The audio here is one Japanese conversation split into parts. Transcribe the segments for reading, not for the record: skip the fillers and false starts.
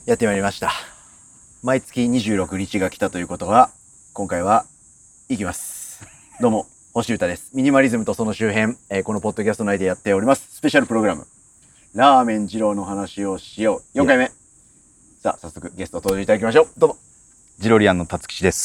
やってまいりました。毎月26日が来たということは、今回は行きます。どうも、星歌です。ミニマリズムとその周辺、このポッドキャスト内でやっております。スペシャルプログラム、ラーメン二郎の話をしよう。4回目。さあ、早速ゲストを登場いただきましょう。どうぞ。 ジロリアンのたつきちです。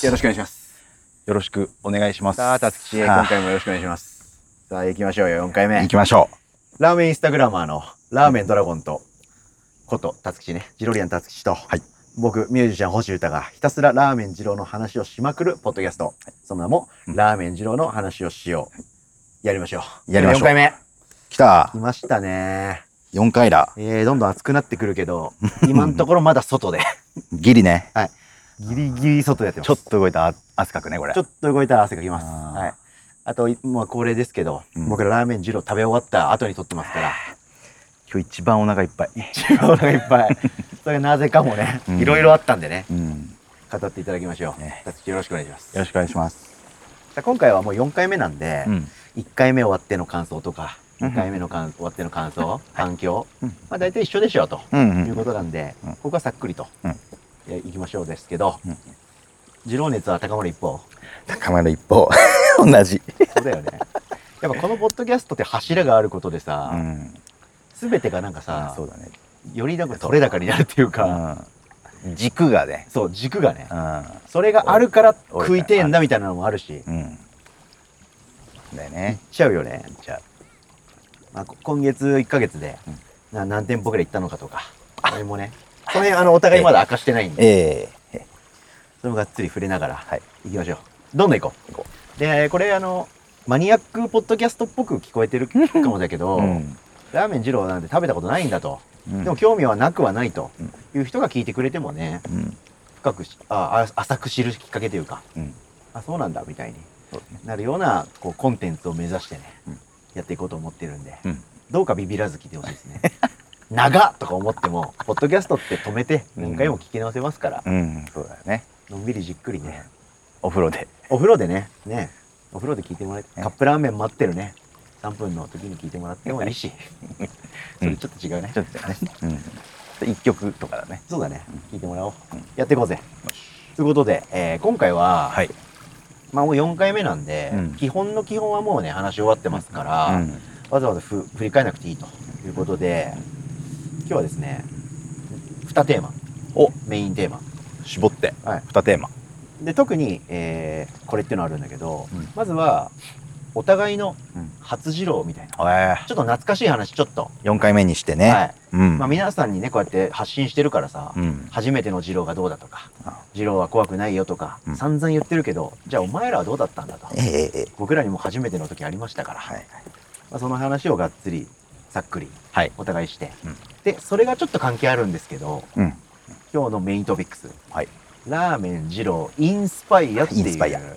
よろしくお願いします。 よろしくお願いします。 さあ、たつきち、今回もよろしくお願いします。さあ、行きましょうよ、4回目。 行きましょう。ラーメンインスタグラマーのラーメンドラゴンと、ことたつきちね、ジロリアンたつきちと、僕ミュージシャン星歌がひたすらラーメン二郎の話をしまくるポッドキャスト、その名も、ラーメン二郎の話をしよう。やりましょう。 やりましょう。 4回目。 来た。 来ましたね。 4回だ。 どんどん暑くなってくるけど、今のところまだ外で。 ギリね。 はい。ギリギリ外でやってます。 ちょっと動いたら汗かくね、これ。 ちょっと動いたら汗かきます。はい。あと、もう恒例ですけど、僕らラーメン二郎食べ終わった後に撮ってますから。 今日一番お腹いっぱい。 一番お腹いっぱい。それなぜかもね、いろいろあったんでね、語っていただきましょう。たつきよろしくお願いします。 よろしくお願いします。 今回はもう4回目なんで、1回目終わっての感想とか、2回目の終わっての感想、反響、まあ大体一緒でしょうということなんで、ここはさっくりといきましょうですけど、二郎熱は高まる一方。 高まる一方。同じ。 そうだよね。やっぱこのポッドキャストって柱があることでさ、全てがなんかさ、 そうだね。 よりなんか取れ高になるっていうか、 軸がね。 そう、軸がね。それがあるから食いてえんだみたいなのもあるし。 だよね。 いっちゃうよね。いっちゃう。まあ、今月1ヶ月で何店舗ぐらい行ったのかとか、それもね、その辺お互いまだ明かしてないんで、それもがっつり触れながら行きましょう。どんどん行こう。で、これマニアックポッドキャストっぽく聞こえてるかもだけど、ラーメン二郎なんて食べたことないんだと。でも興味はなくはないという人が聞いてくれてもね、深く浅く知るきっかけというか、あ、そうなんだみたいになるようなこうコンテンツを目指してね、やっていこうと思ってるんで、どうかビビらず聞いてほしいですね。長っとか思っても、ポッドキャストって止めて何回も聞き直せますから、 そうだよね。 のんびりじっくりね、 お風呂で。 お風呂でね、お風呂で聞いてもらえて、カップラーメン待ってるね、3分の時に聞いてもらってもいいし、それちょっと違うね。 ちょっとね。1曲とかだね。 そうだね。聞いてもらおう。やっていこうぜ。ということで、今回は、まあもう4回目なんで、基本の基本はもうね、話し終わってますから、わざわざ振り返らなくていいということで、今日はですね、2テーマ。メインテーマ。 絞って、2テーマ。 で、特に、これっていうのあるんだけど、まずは、お互いの初二郎みたいな、ちょっと懐かしい話ちょっと 4回目にしてね、 まあ皆さんにねこうやって発信してるからさ、初めての二郎がどうだとか、二郎は怖くないよとか、散々言ってるけど、じゃあお前らはどうだったんだと、僕らにも初めての時ありましたから、まあその話をがっつりさっくりお互いして、でそれがちょっと関係あるんですけど、今日のメイントピックス、ラーメン二郎インスパイアっていう、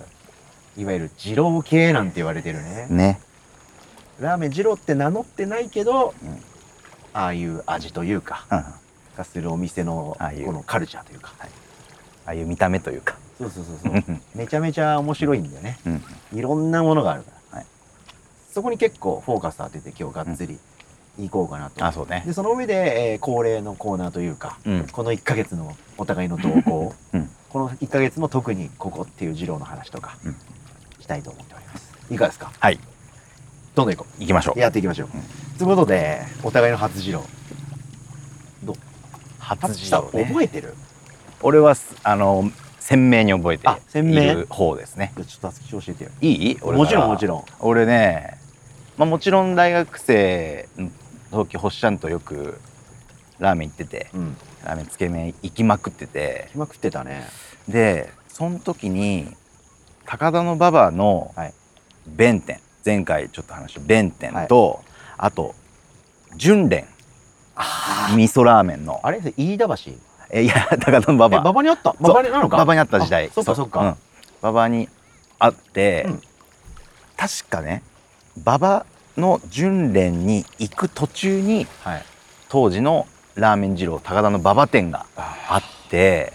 いわゆる二郎系なんて言われてるね。ラーメン二郎って名乗ってないけど、ああいう味というか、がするお店のこのカルチャーというか、 ああいう見た目というか。 そう。めちゃめちゃ面白いんだよね。いろんなものがあるから。そこに結構フォーカス当てて今日がっつり行こうかなと。で、その上で恒例のコーナーというか、この1ヶ月のお互いの動向、この1ヶ月の特にここっていう二郎の話とか、したいと思っております。いかがですか？ はい。 どんどん行こう。 行きましょう。 やっていきましょう。ということで、お互いの初二郎。どう？ 初二郎ね。 覚えてる？ 俺は鮮明に覚えている方ですね。 ちょっと厚木教えてよ。 いい？ もちろんもちろん。 俺ね、まあもちろん大学生の時星ちゃんとよくラーメン行ってて、ラーメンつけ麺行きまくってて。 行きまくってたね。 で、その時に高田馬場の弁天、前回ちょっと話した弁天と、あと純連味噌ラーメンの、 あれ飯田橋？ いや、高田馬場。 馬場にあった？馬場なのか？ 馬場にあった時代。 そっか。 馬場にあって、確かね、馬場の純連に行く途中に、当時のラーメン二郎高田馬場店があって、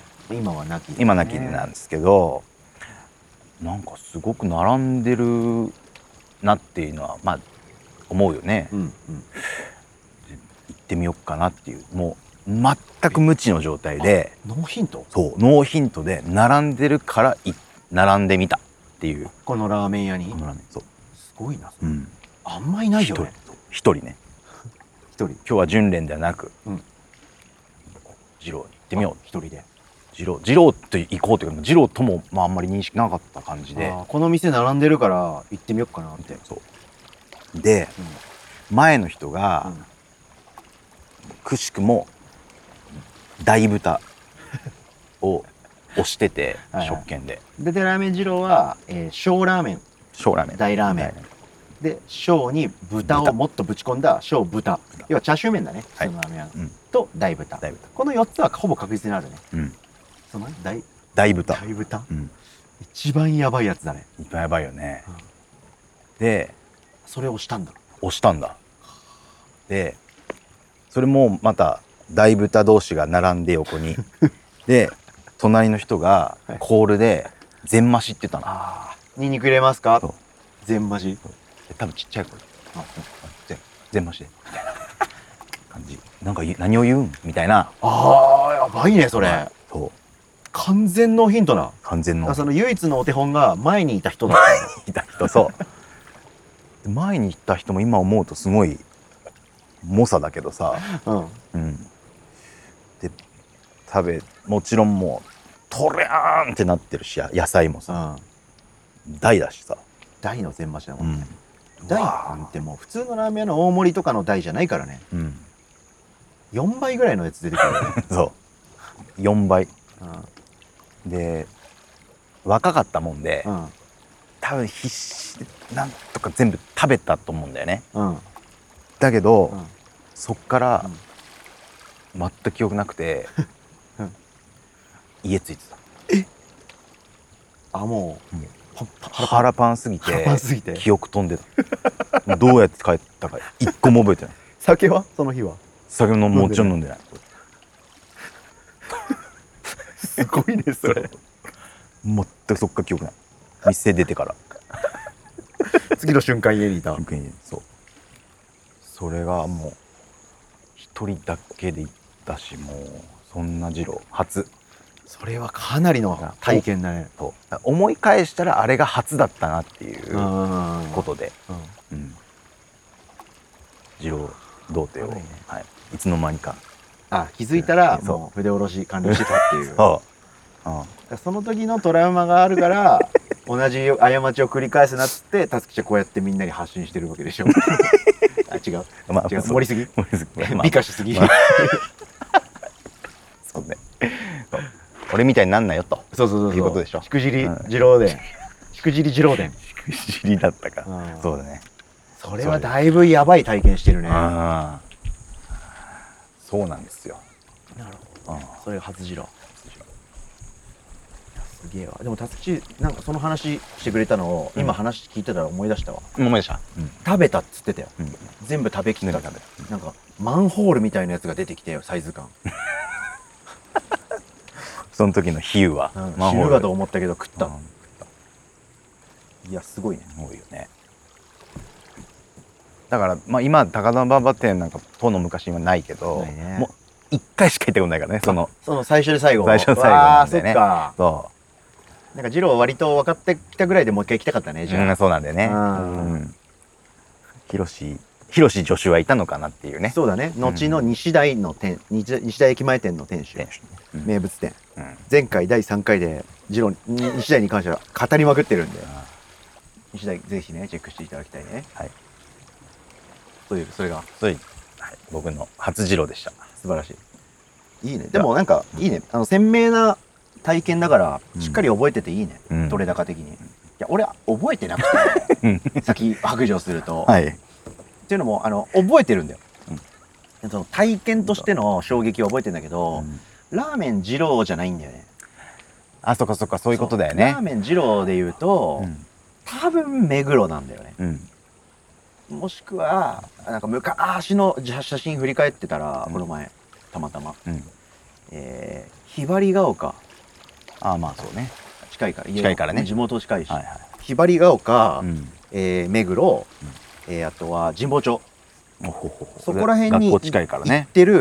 今はなきなんですけど、なんかすごく並んでるなっていうのはまあ思うよね。行ってみようかなっていう、もう全く無知の状態で、 ノーヒント？ そうノーヒントで並んでるから並んでみたっていう。 このラーメン屋に？ そうすごいな。 うん、 あんまいないよね。 一人ね。 一人。 今日は純連ではなく、 うん、 二郎に行ってみよう。 一人で。 二郎って行こうというか、二郎ともまああんまり認識なかった感じで、 この店並んでるから行ってみようかなって。 そうで、前の人が、くしくも大豚を推してて食券で。 でラーメン二郎は小ラーメン、大ラーメンで、小に豚をもっとぶち込んだ小豚、要はチャーシュー麺だね、普通のラーメン屋と大豚。この4つはほぼ確実にあるね。その大豚、一番やばいやつだね。 一番やばいよね。でそれを押したんだ。 でそれもまた大豚同士が並んで横にで隣の人がコールで全増しって言ったの。 ニンニク入れますか？全増し。 多分ちっちゃい声全増しでみたいな感じ。なんか何を言うんみたいな。 やばいねそれ。 そう完全ノーヒントな。 完全のその唯一のお手本が前にいた人だった。 そう前にいた人も今思うとすごい猛者だけどさ、でもちろんもうとりゃーんってなってるし、野菜もさ、大だしさ、 大の全増しだもんね。大なんてもう普通のラーメン屋の大盛りとかの大じゃないからね。4倍ぐらいのやつ出てくるよね。 そう4倍で若かったもんで、多分必死でなんとか全部食べたと思うんだよね。だけど、そっから全く記憶なくて家着いてた。 もう腹パンすぎて記憶飛んでた。どうやって帰ったか一個も覚えてない。 酒はその日は？ 酒ももちろん飲んでない。 すごいねそれ。 全くそっから記憶ない。店出てから次の瞬間家にいた。 そうそれがもう一人だけで行ったし、もうそんな二郎初。 それはかなりの体験だね。 思い返したらあれが初だったなっていうことで、二郎童貞を、いつの間にか気づいたらもう筆下ろし完了してたっていう。その時のトラウマがあるから同じ過ちを繰り返すなっつってたつきちゃんこうやってみんなに発信してるわけでしょ。違う盛りすぎ美化しすぎ。 そうね、俺みたいになんなよということでしょ。 しくじり二郎伝、しくじり二郎伝、 しくじりだったか。そうだね。 それはだいぶやばい体験してるね。 そうなんですよ。 なるほど。それが初二郎。すげえわ。でもたつきなんかその話してくれたのを今話聞いてたら思い出したわ。 思い出した。 食べたっつってたよ。全部食べきった。なんかマンホールみたいなやつが出てきてよ、サイズ感。 その時の比喩は死ぬかと思ったけど食った。いやすごいね。 多いよね。だから今高田馬場店なんかとの昔はないけど、もう1回しか行ったことないからね。その最初で最後。 最初の最後なんでね。 そっか。そう。なんか二郎割と分かってきたぐらいでもう一回行きたかったね。じゃあ。 そうなんだよね。ヒロシ助手はいたのかなっていうね。 そうだね。後の西大駅前店の店主、名物店。前回第3回で二郎西大に関しては語りまくってるんで、西大ぜひねチェックしていただきたいね。はい。それが僕の初二郎でした。 素晴らしい。いいね。でもなんかいいね。鮮明な体験だからしっかり覚えてていいね。取れ高的に。いや俺は覚えてなくて先白状すると。っていうのも覚えてるんだよ。その体験としての衝撃を覚えてんだけど、ラーメン二郎じゃないんだよね。 そっかそっか、そういうことだよね。 ラーメン二郎で言うと多分目黒なんだよね。もしくはなんか昔の写真振り返ってたら、この前たまたまひばりが丘。 まあそうね、 近いから近いからね、 地元近いし、ひばりが丘、目黒、あとは神保町、そこら辺に行ってる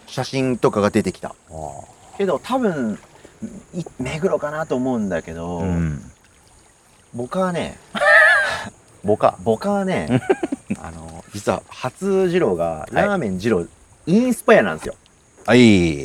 写真とかが出てきた。 けど多分目黒かなと思うんだけど、僕はね僕はね実は初二郎がラーメン二郎インスパイアなんですよ。 はい、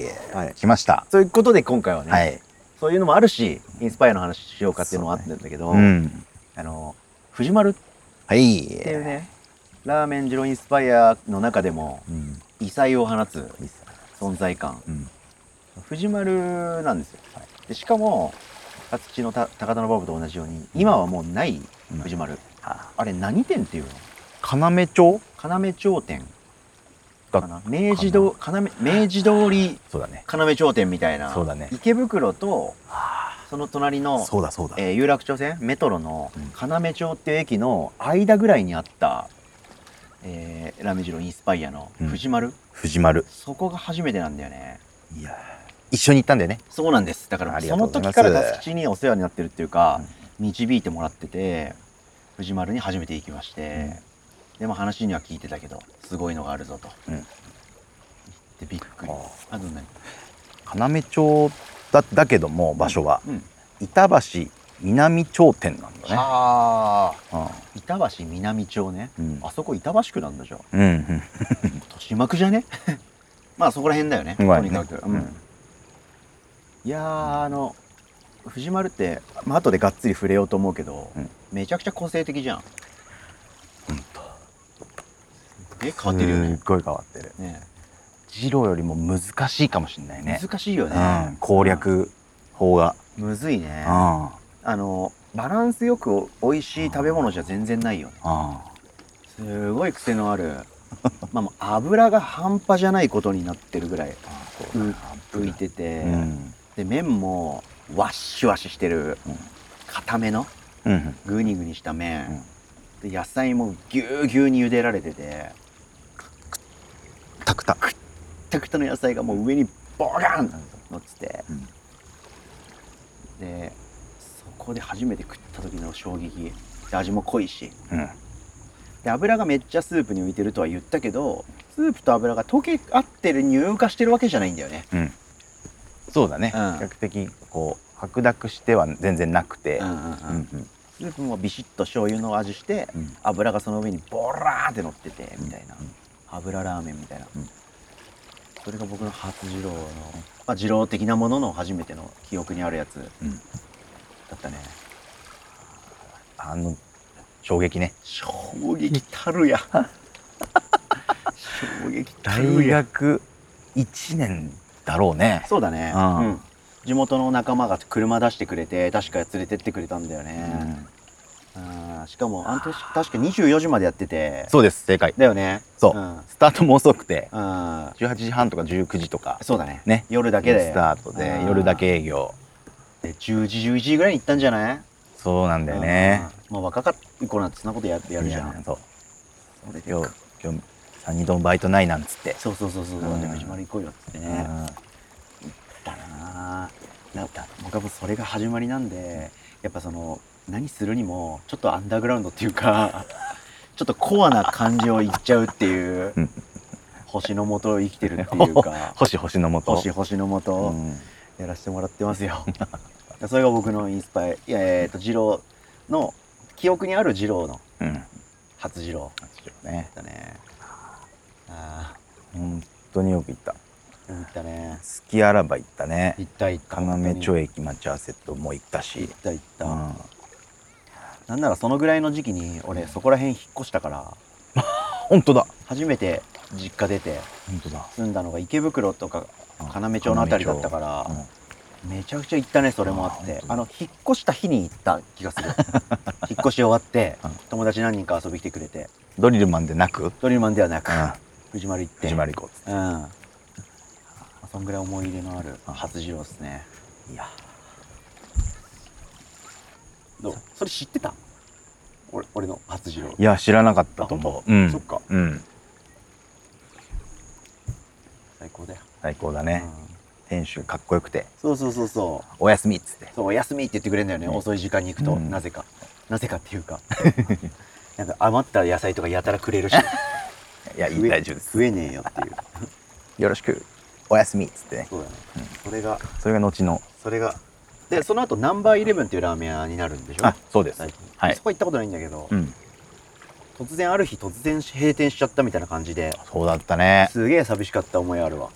来ました。 そういうことで今回はね、そういうのもあるしインスパイアの話しようかっていうのもあったんだけど、藤丸っていうねラーメン二郎インスパイアの中でも異彩を放つ存在感、藤丸なんですよ。でしかも勝地の高田馬場と同じように今はもうない藤丸、あれ何店っていうの？ 要町店かな、明治通り要町店みたいな。池袋とその隣の有楽町線メトロの要町っていう駅の間ぐらいにあったラーメン二郎インスパイアの藤丸、そこが初めてなんだよね。 いや一緒に行ったんだよね。 そうなんです。だからその時からたすきにお世話になってるっていうか、導いてもらってて藤丸に初めて行きまして、でも話には聞いてたけどすごいのがあるぞと、でびっくり。 要町だけども場所は板橋南町店なんだね。 板橋南町ね、あそこ板橋区なんだじゃん。豊島区じゃねまあそこら辺だよね、とにかく。いや藤丸って、後でがっつり触れようと思うけど、めちゃくちゃ個性的じゃん。変わってるよね。 すっごい変わってるね。二郎よりも難しいかもしれないね。 難しいよね、 攻略法が。むずいね。バランスよく美味しい食べ物じゃ全然ないよね。すごい癖のある油が半端じゃないことになってるぐらい浮いてて、で麺もワッシュワシしてる固めのグニグニした麺で、野菜もぎゅうぎゅうに茹でられてて、くたくたの野菜がもう上にボガン乗ってて、でそこで初めて食った時の衝撃で、味も濃いし、で油がめっちゃスープに浮いてるとは言ったけど、スープと油が溶け合ってる乳化してるわけじゃないんだよね。 そうだね。比較的こう白濁しては全然なくて、スープもビシッと醤油の味して、油がその上にボラーって乗っててみたいな、油ラーメンみたいな、それが僕の初二郎の、二郎的なものの初めての記憶にあるやつだったね。 衝撃ね。 衝撃たるや衝撃たるや。 大学1年だろうね。 そうだね。地元の仲間が車出してくれて、確か連れてってくれたんだよね。しかもあの年確か24時までやってて。 そうです、正解だよね。 そう、スタートも遅くて18時半とか19時とか。 そうだね。夜だけでスタートで、夜だけ営業で10時11時ぐらいに行ったんじゃない？ そうなんだよね。 もう若かった頃なんてそんなことやるじゃん。そう。 今日2度もバイトないなんつって。 そう。で藤丸行こうよっつってね。行ったな。僕はそれが始まりなんで、やっぱ何するにもちょっとアンダーグラウンドっていうかちょっとコアな感じを言っちゃうっていう、星の下を生きてるっていうか星の下やらせてもらってますよそれが僕のインスパイ二郎の記憶にある二郎の初二郎ね。 本当によく行った。 行ったね。 すきあらば行ったね。 行った。 要町駅待ち合わせとも行ったし。 行った。なんならそのぐらいの時期に俺そこら辺引っ越したから本当だ。 初めて実家出て住んだのが池袋とか要町のあたりだったから、めちゃくちゃ行ったね。それもあって引っ越した日に行った気がする引っ越し終わって友達何人か遊び来てくれて。 ドリルマンでなく？ ドリルマンではなく藤丸行って。 藤丸行こうっつって。 そんぐらい思い入れのある初二郎ですね。いやどう？それ知ってた？俺の初二郎。 いや知らなかったと思う。 そっか。最高だよ。 最高だね。店主かっこよくて。 そう。 おやすみっつって。 そう、おやすみって言ってくれるんだよね。遅い時間に行くとなぜかっていうかなんか余った野菜とかやたらくれるしいや大丈夫です。 食えねえよっていうよろしくおやすみっつってね。 そうだね、それが後のでその後ナンバーイレブンっていうラーメン屋になるんでしょ。 あ、そうです。 最近、 はい。 そこは行ったことないんだけど、 うん。 突然ある日閉店しちゃったみたいな感じで、 そうだったね。 すげえ寂しかった思いあるわ。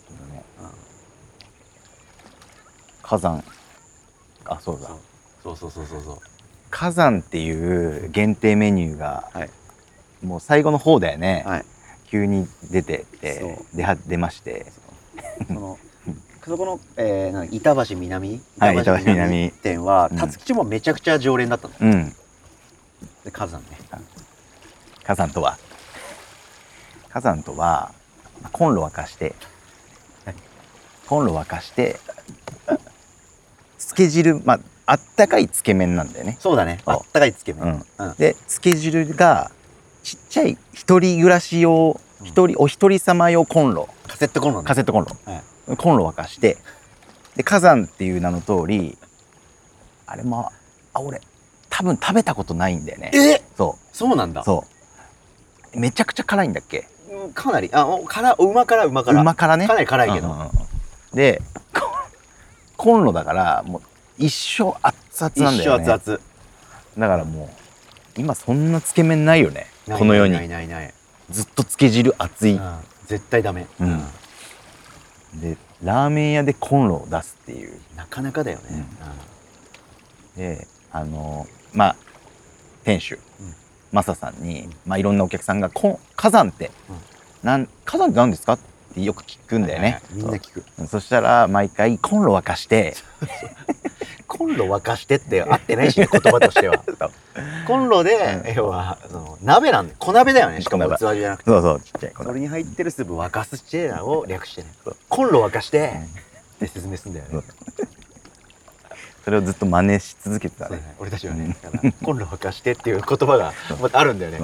火山。あ、そうだ。 そう火山っていう限定メニューが、 はい、 もう最後の方だよね。 はい、 急に出てって出まして、 そこの、板橋南店は辰吉もめちゃくちゃ常連だったの。 うん。 で火山ね。 火山とはコンロ沸かしてつけ汁、まああったかいつけ麺なんだよね。 そうだね。あったかいつけ麺。 でつけ汁がちっちゃい一人暮らし用、お一人様用コンロ、 カセットコンロ、 コンロ沸かして、で火山っていう名の通り、あれも俺多分食べたことないんだよね。 そうなんだ。 めちゃくちゃ辛いんだっけ。 かなりうま辛ね。かなり辛いけど、 でコンロだからもう一生熱々なんだよね。 一生熱々 だからもう今そんなつけ麺ないよね、この世に。 ないずっとつけ汁熱い、 絶対ダメ。 でラーメン屋でコンロを出すっていう、 なかなかだよね。 でまあ店主マサさんに、まあいろんなお客さんが火山って何ですかってよく聞くんだよね。 みんな聞く。 そしたら毎回コンロ沸かしてコンロ沸かしてって合ってないしね、言葉としては。コンロで要は鍋なんで、小鍋だよね。しかも器じゃなくて、 そうちっちゃい、 それに入ってるスープ沸かすしてを略してね、コンロ沸かしてって説明するんだよね。 それをずっと真似し続けてたね、 俺たちはね。コンロ沸かしてっていう言葉があるんだよね。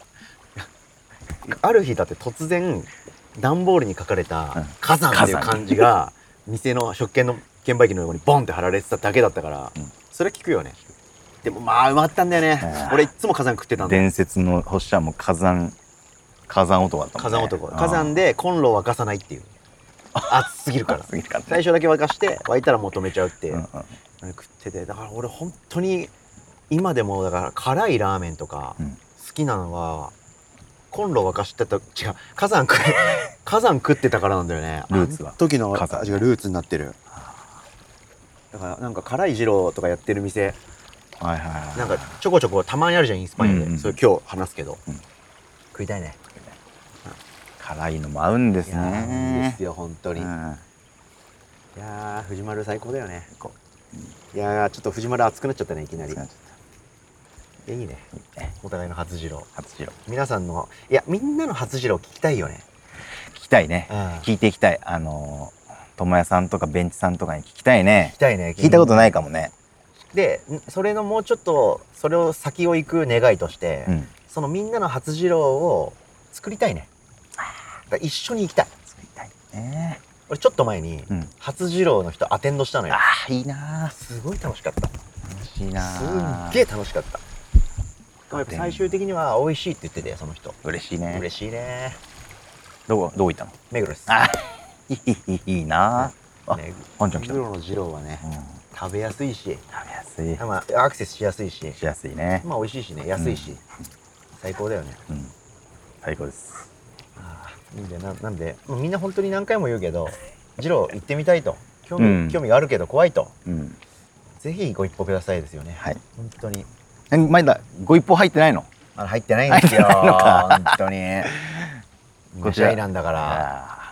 ある日だって突然段ボールに書かれた火山っていう漢字が店の食券の券売機の横にボンって貼られてただけだったから、それ聞くよね。でもまあうまかったんだよね。俺いつも火山食ってたんだよ。 伝説のホッシャーも火山男だったもんね。 火山でコンロを沸かさないっていう、熱すぎるから最初だけ沸かして沸いたらもう止めちゃうって食ってて、だから俺本当に今でもだから辛いラーメンとか好きなのはコンロ沸かしてた、違う、火山食ってたからなんだよね。 ルーツは時の味がルーツになってる。だからなんか辛い二郎とかやってる店、なんかちょこちょこたまにあるじゃん、インスパイアで。それ今日話すけど、食いたいね。 辛いのも合うんですね。 いいですよ本当に。いや藤丸最高だよね。いやちょっと藤丸熱くなっちゃったね、いきなり。いいね、お互いの初二郎。皆さんの、いやみんなの初二郎聞きたいよね。 聞きたいね。聞いていきたい。友也さんとかベンチさんとかに聞きたいね。聞いたことないかもね。 でそれのもうちょっとそれを先を行く願いとして、そのみんなの初二郎を作りたいね。一緒に行きたい。俺ちょっと前に初二郎の人アテンドしたのよ。 いいな。 すごい楽しかった。 楽しいな。 すっげえ楽しかった。最終的には美味しいって言ってて、その人。 嬉しいね。 嬉しいね。 どういったの？ 目黒です。 いいな。 目黒の二郎はね、食べやすいし、まあアクセスしやすいし、 ね。 まあ美味しいしね、安いし、最高だよね。 最高です。 なんでみんな本当に何回も言うけど、二郎行ってみたいと、興味があるけど怖いと、ぜひご一報くださいですよね。本当に。 まだご一報入ってないの？ まだ入ってないんですよ。本当に。こちらなんだから。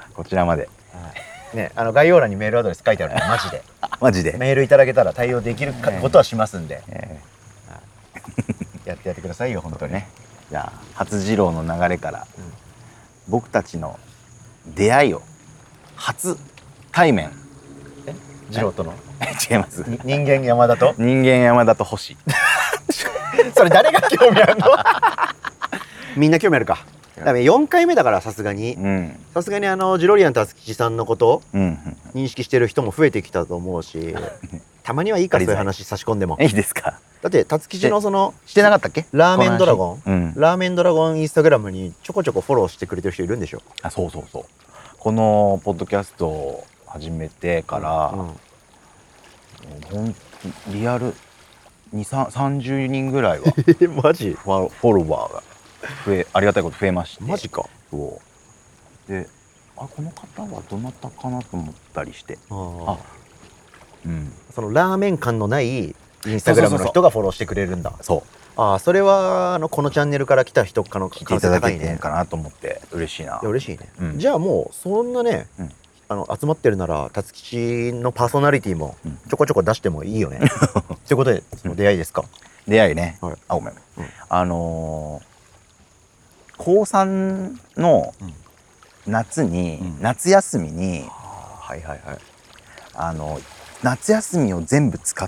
こちらまで。 ね、概要欄にメールアドレス書いてあるので、マジで。 マジで。 メールいただけたら対応できることはしますんで。やってくださいよ、本当にね。 じゃあ、初二郎の流れから、僕たちの出会いを、初対面。 二郎との？ 違います。 人間山田と？ 人間山田と星。 それ誰が興味あるの？みんな興味あるか。だから4回目だからさすがにジロリアン辰吉さんのことを認識してる人も増えてきたと思うし、たまにはいいか、そういう話差し込んでも。 いいですか？ だって辰吉のそのしてなかったっけ？ ラーメンドラゴンインスタグラムにちょこちょこフォローしてくれてる人いるんでしょ？ そう。 このポッドキャストを始めてから、ほんリアル30人ぐらいはマジフォロワーがありがたいこと増えまして。 マジか。 そうで、この方はどなたかなと思ったりして、そのラーメン感のないインスタグラムの人がフォローしてくれるんだ。それはこのチャンネルから来た人かの聞いていただけてるかなと思って嬉しいな。 嬉しいね。じゃあもうそんなね、集まってるなら辰吉のパーソナリティもちょこちょこ出してもいいよね。ということでその出会いですか。 出会いね。ごめん。高3の夏に、夏休みに、夏休みを全部使って、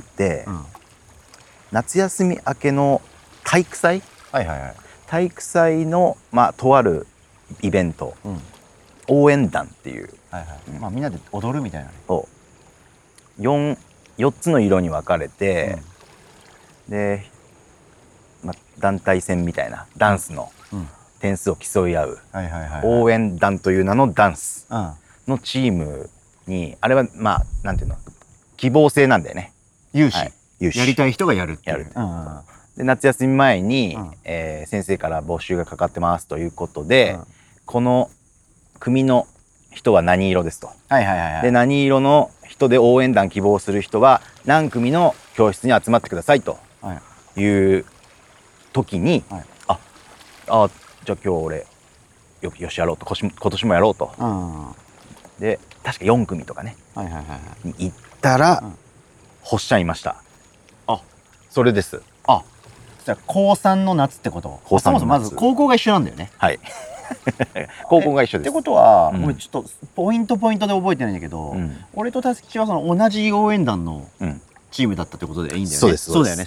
夏休み明けの体育祭、体育祭のとあるイベント、応援団っていう、 みんなで踊るみたいなね。 4つの色に分かれて、で、団体戦みたいなダンスの点数を競い合う応援団という名のダンスのチームに、あれはなんていうの、希望制なんだよね。 有志やりたい人がやるっていう。 で夏休み前に先生から募集がかかってますということで、この組の人は何色ですと。で何色の人で応援団希望する人は何組の教室に集まってくださいという時に、じゃあ今日俺よしやろうと、今年もやろうと。で確か4組とかねに行ったら星ちゃんいました。それです。 じゃあ高3の夏ってこと。そもそもまず高校が一緒なんだよね。 高校が一緒です。 ってことは、俺ちょっとポイントで覚えてないんだけど、俺と辰吉はその同じ応援団のチームだったってことでいいんだよね。そうだよね。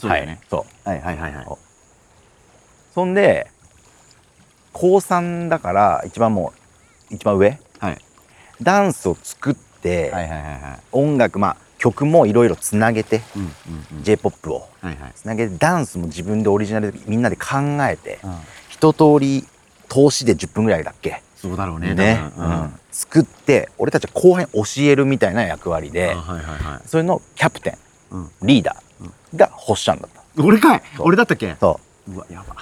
そんで高3だから一番上、ダンスを作って音楽曲もいろいろつなげて J-POP をつなげて、ダンスも自分でオリジナルでみんなで考えて、一通り投資で10分ぐらいだっけ。 そうだろうね。 作って俺たちは後輩に教えるみたいな役割で、それのキャプテン、リーダーが星ちゃんだった。 俺かい。俺だったっけ。 うわやば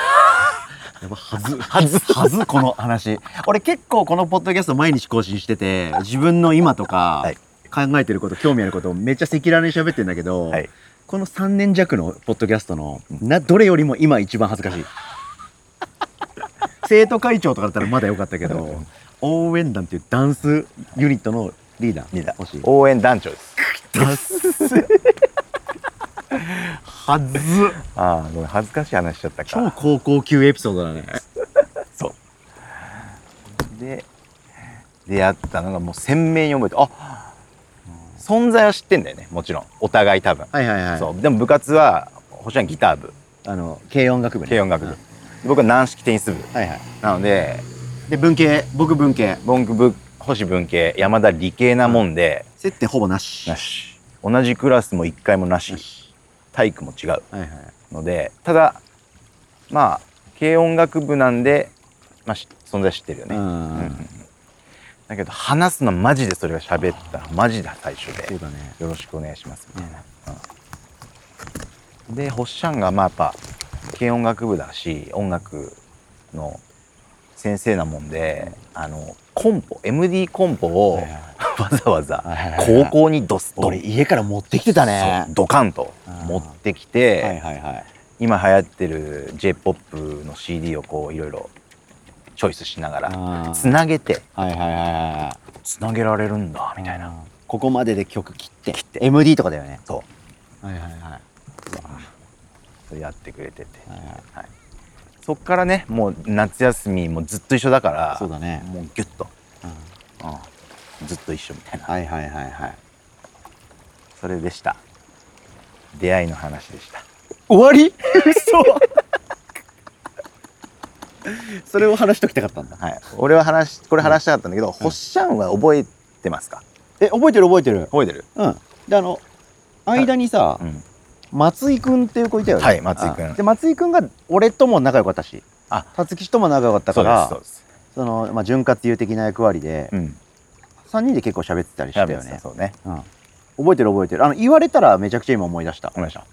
はずこの話。俺結構このポッドキャスト毎日更新してて、自分の今とか考えてること、興味あることをめっちゃ赤裸々に喋ってんだけど、この3年弱のポッドキャストのどれよりも今一番恥ずかしい。生徒会長とかだったらまだよかったけど、応援団っていうダンスユニットのリーダー、 応援団長です。 はず。 ごめん、恥ずかしい話しちゃったか。 超高校級エピソードだね。 で出会ったのがもう鮮明に覚えて、存在は知ってんだよね、もちろんお互い多分。でも部活は星ちゃんギター部、 軽音楽部ね。 軽音楽部、僕は軟式テニス部なので、 文系、僕文系、 星文系、山田理系なもんで接点ほぼなし。 同じクラスも1回もなし、体育も違うので、ただ軽音楽部なんで存在知ってるよね。だけど話すのマジで、それが喋ったらマジで最初で、よろしくお願いしますみたいな。で星ちゃんがやっぱ軽音楽部だし音楽の先生なもんで、コンポ MD コンポをわざわざ高校に俺家から持ってきてたね。 ドカンと持ってきて、今流行ってる J-POP の CD をこういろいろチョイスしながらつなげて、つなげられるんだみたいな。 ここまでで曲切って MD とかだよね。 そうやってくれてて、そっからね、もう夏休みもずっと一緒だから、もうギュッとずっと一緒みたいな。それでした。出会いの話でした。 終わり？嘘。それを話しときたかったんだ。 俺はこれ話したかったんだけど、星ちゃんは覚えてますか？ 覚えてる。 覚えてる。 で間にさ、松井くんっていう子いたよね。 松井くん。 で松井くんが俺とも仲良かったし、辰吉とも仲良かったから、 その、まあ、潤滑油的な役割で、3人で結構喋ってたりしたよね。 そうね。 覚えてる覚えてる。言われたらめちゃくちゃ今思い出した。 思い出した。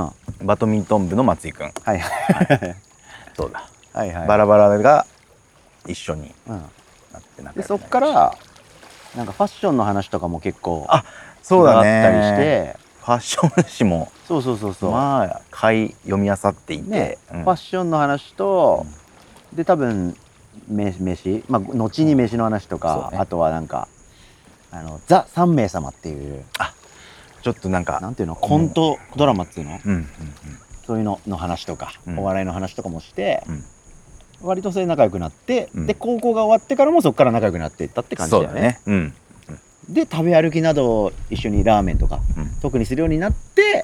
バドミントン部の松井くん。 はいはい。 そうだ。 はいはい。 バラバラが一緒になって仲良くなりました。 でそっからなんかファッションの話とかも結構そうだね。 あったりして、 ファッション誌もそうまあ読み漁っていて、 ファッションの話と、で多分飯、まあ後に飯の話とか、あとはなんかザ3名様っていう、 ちょっとなんかなんていうの、コントドラマっていうの、そういうのの話とか、お笑いの話とかもして、割とそれ仲良くなって、で高校が終わってからもそこから仲良くなっていったって感じだよね。で食べ歩きなどを一緒にラーメンとか、特にするようになって、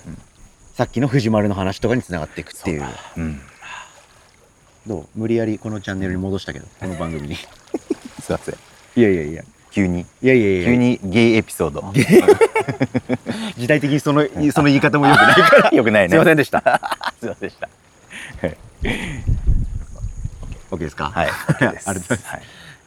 さっきの藤丸の話とかにつながっていくっていう。どう、無理やりこのチャンネルに戻したけど、この番組に。 すいません。 いや急に急にゲイエピソード。 時代的にその言い方もよくないからよくないね。 すいませんでした。 すいませんでした。 OK ですか。 はい。 ありがとうございます。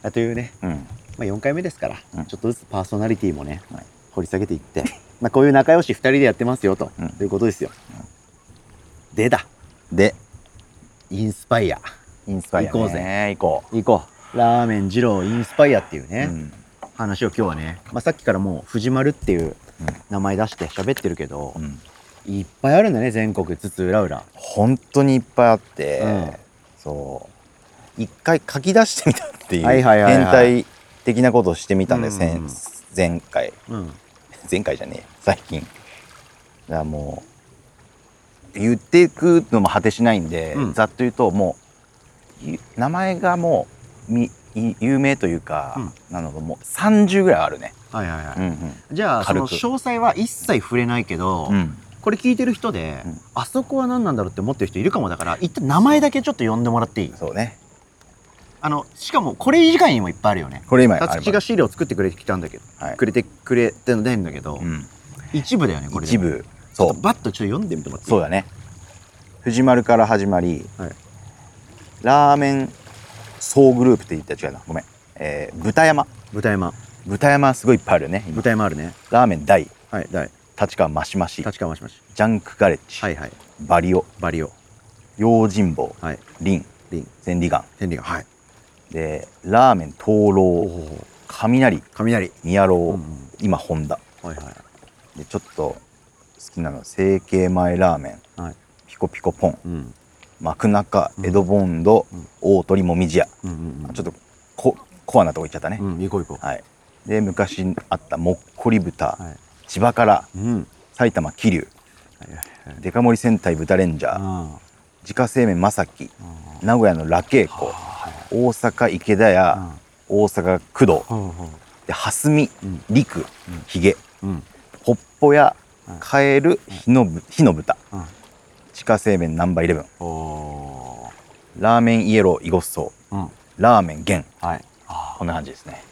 というね、まあ4回目ですから、ちょっとずつパーソナリティもね、掘り下げていって、まあこういう仲良し2人でやってますよということですよ。でインスパイア行こうぜ。行こう。ラーメン二郎インスパイアっていうね、話を今日はね、まあさっきからもう藤丸っていう名前出して喋ってるけど、いっぱいあるんだね、全国津々浦々。 本当にいっぱいあって、そう一回書き出してみたっていう変態的なことをしてみたんです、前回じゃねえ最近。だからもう言っていくのも果てしないんで、ざっと言うともう名前がもう有名というか、なのがもう30ぐらいあるね。じゃあその詳細は一切触れないけど、これ聞いてる人で、あそこは何なんだろうって思ってる人いるかも。だから一旦名前だけちょっと呼んでもらっていい？ そうね。 しかもこれ以外にもいっぱいあるよね。 これ今たつきが資料作ってくれてきたんだけど、くれてんだけど、一部だよねこれ。 一部。そう。 バッとちょっと読んでみてもらっていい？ そうだね。藤丸から始まり、ラーメン総グループって言ったら違うな、ごめん。豚山すごいいっぱいあるよね。 豚山あるね。 ラーメン大、 立川マシマシ、ジジャンクガレッジ、バリオ、用心棒、リン、千里眼で、ラーメン灯籠、雷、宮郎、今ホンダで、ちょっと好きなの成形前ラーメン、ピコピコポン、幕中、江戸ボンド、大鳥もみじ屋。ちょっとコアなとこ行っちゃったね。 行こう。 で、昔あったもっこり豚、千葉から埼玉桐生、デカ盛り戦隊豚レンジャー、自家製麺まさき、名古屋のラケーコ、大阪池田屋、大阪工藤で、蓮見、陸、ヒゲ、ほっぽ屋、カエル、火の豚、自家製麺ナンバー11、ラーメンイエローイゴッソー、ラーメン源、こんな感じですね。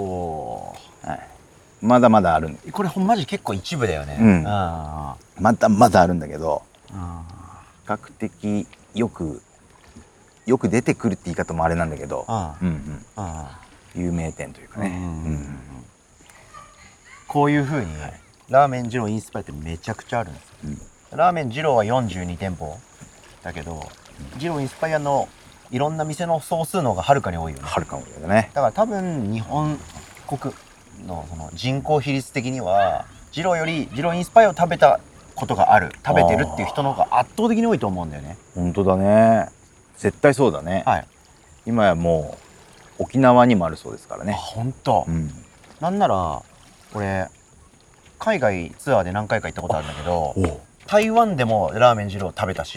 まだまだある。 これマジ結構一部だよね。 まだまだあるんだけど、比較的よく出てくるって言い方もあれなんだけど、有名店というかね。こういうふうにラーメン二郎インスパイアってめちゃくちゃあるんですよ。ラーメン二郎は42店舗だけど、二郎インスパイアのいろんな店の総数の方がはるかに多いよね。 はるかに多いよね。 だから多分日本国のその人口比率的には二郎より二郎インスパイアを食べたことがある、食べてるっていう人の方が圧倒的に多いと思うんだよね。 本当だね。絶対そうだね。今やもう沖縄にもあるそうですからね。 本当。なんなら俺海外ツアーで何回か行ったことあるんだけど、台湾でもラーメン二郎食べたし。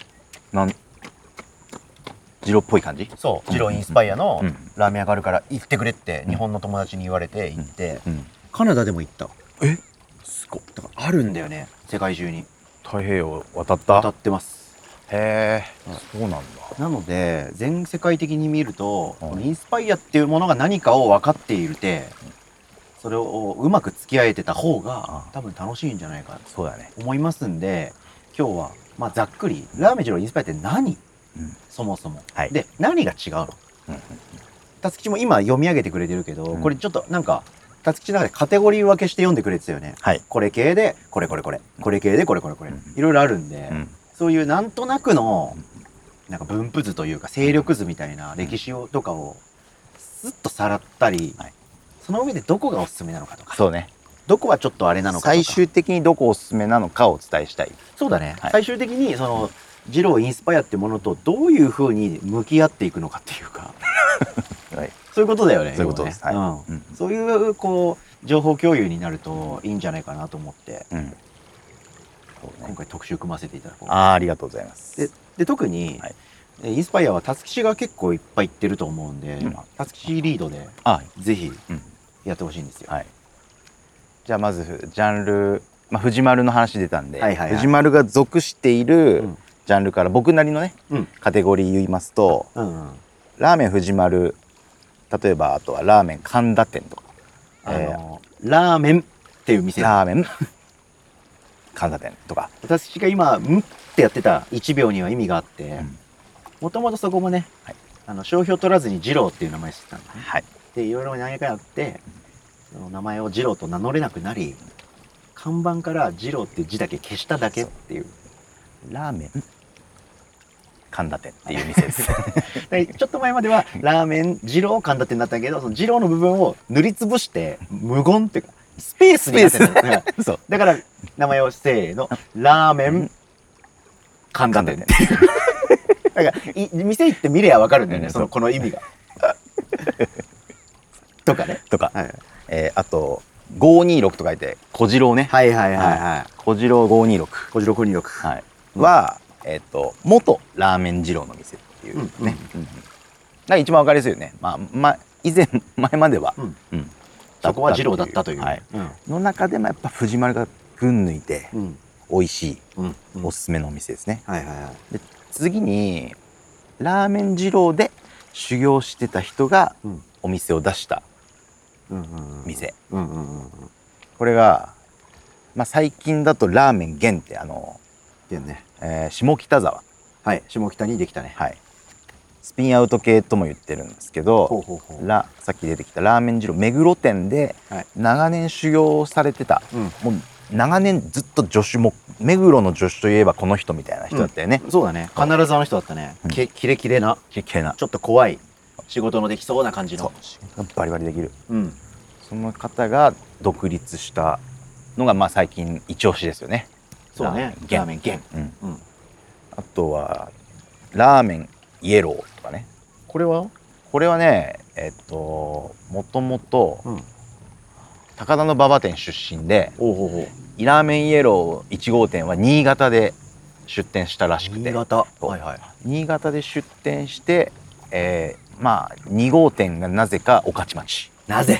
二郎っぽい感じ？ そう、二郎インスパイアのラーメン屋があるから行ってくれって日本の友達に言われて行って、カナダでも行った。すごい。だからあるんだよね、世界中に。 太平洋渡ってます。 へえ、そうなんだ。 なので全世界的に見ると、インスパイアっていうものが何かを分かっているて、それをうまく付き合えてた方が多分楽しいんじゃないかと思いますんで、今日はまあざっくりラーメン二郎インスパイアって何、そもそも、で何が違うの、 たつきちも今読み上げてくれてるけど、 うんこれちょっとなんかたつきちの中でカテゴリー分けして読んでくれてたよね。 はい。 これ系でこれこれこれこれ系でこれこれこれ、いろいろあるんで、そういうなんとなくのなんか分布図というか勢力図みたいな歴史をとかをスッとさらったり、 はい、 その上でどこがおすすめなのかとか、 そうね、 どこはちょっとあれなのかとか、 最終的にどこおすすめなのかをお伝えしたい。 そうだね、 はい、 最終的にそのジローインスパイアってものとどういうふうに向き合っていくのかっていうか、はい、そういうことだよね。 そういうことです。はい、 そういうこう情報共有になるといいんじゃないかなと思って、今回特集組ませていただこう。 ありがとうございます。 で特に、はい、インスパイアはたつき氏が結構いっぱい行ってると思うんで、たつき氏リードでぜひやってほしいんですよ。はい、 じゃあまずジャンル、藤丸の話出たんで、藤丸が属しているジャンルから僕なりのね、カテゴリー言いますと、ラーメン藤丸、例えばあとはラーメン神田店とか、 ラーメンっていう店、 ラーメン神田店とか、 私が今「ん」ってやってた1秒には意味があって、もともとそこもね、商標取らずに二郎っていう名前してたんだね。はい、でいろいろ何回かあって、その名前を二郎と名乗れなくなり、看板から二郎っていう字だけ消しただけっていう。 ラーメン神田店っていう店ですちょっと前まではラーメン二郎神田店だったけど、その二郎の部分を塗りつぶして無言っていうかスペースになってたそうだから名前をせーのラーメン神田店っていうだから店行って見れば分かるんだよね、この意味がとかね、 とか、あと526と書いて小次郎ね。 はいはいはいはい。 小次郎526。 小次郎526 は元ラーメン二郎の店っていうね。が一番わかりやすいよね。以前前まではそこは二郎だったというの中でもやっぱ藤丸が群抜いて美味しいおすすめのお店ですね。で次にラーメン二郎で修行してた人がお店を出した店、これが最近だとラーメン源って下北沢、 下北にできたね。 スピンアウト系とも言ってるんですけど、さっき出てきたラーメン二郎目黒店で長年修行されてた、もう長年ずっと助手も目黒の助手といえばこの人みたいな人だったよね。 そうだね、必ずあの人だったね。キレキレなちょっと怖い仕事のできそうな感じの、 バリバリできる、その方が独立したのが最近一押しですよね。 そうね、ラーメン源。 あとはラーメンイエローとかね。これはねもともと高田の馬場店出身で、ラーメンイエロー1号店は新潟で出店したらしくて、新潟で出店して、2号店がなぜか御徒町。 なぜ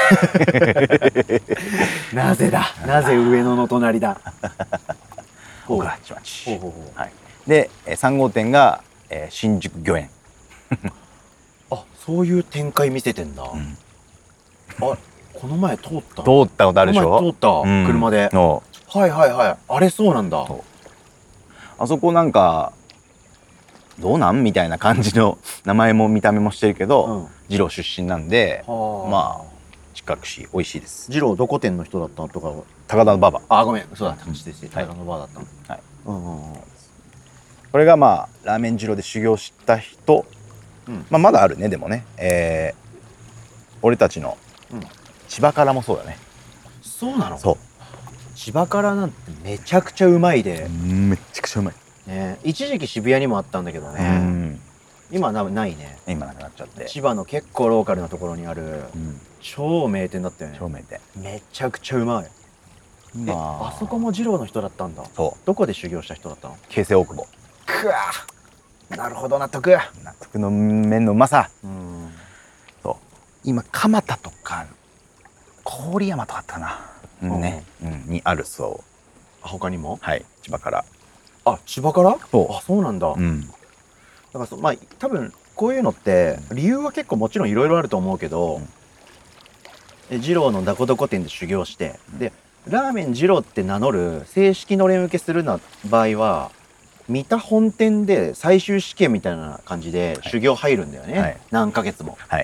なぜだ、なぜ上野の隣だ御徒町で3号店が新宿御苑あ、そういう展開見せてんだ。この前通ったことあるでしょ。 通った車で。はいはいはい、あれそうなんだ。 あそこなんかどうなんみたいな感じの名前も見た目もしてるけど、二郎出身なんで近くし美味しいです。 二郎どこ店の人だったのとか。 高田の馬場。 あ、ごめん、そうだった。高田の馬場だったの。 これがラーメン二郎で修行した人、まだあるね。でもね、俺たちの千葉からもそうだね。 そうなの。そう、千葉からなんてめちゃくちゃうまいで、 めちゃくちゃうまいね。一時期渋谷にもあったんだけどね、今ないね。 今なくなっちゃって、 千葉の結構ローカルなところにある超名店だったよね。 超名店、 めちゃくちゃうまい。あそこも二郎の人だったんだ。そう。どこで修行した人だったの？ 京成大久保。 くわ、なるほど、納得の麺のうまさ。そう、今蒲田とか郡山とかあったかなにあるそう。 他にも？ はい、千葉から。 あ、千葉から？そうなんだ。だから多分こういうのって理由は結構もちろんいろいろあると思うけど、二郎のどこどこ店で修行して、でラーメン二郎って名乗る正式のれん受けするな場合は三田本店で最終試験みたいな感じで修行入るんだよね、何ヶ月も。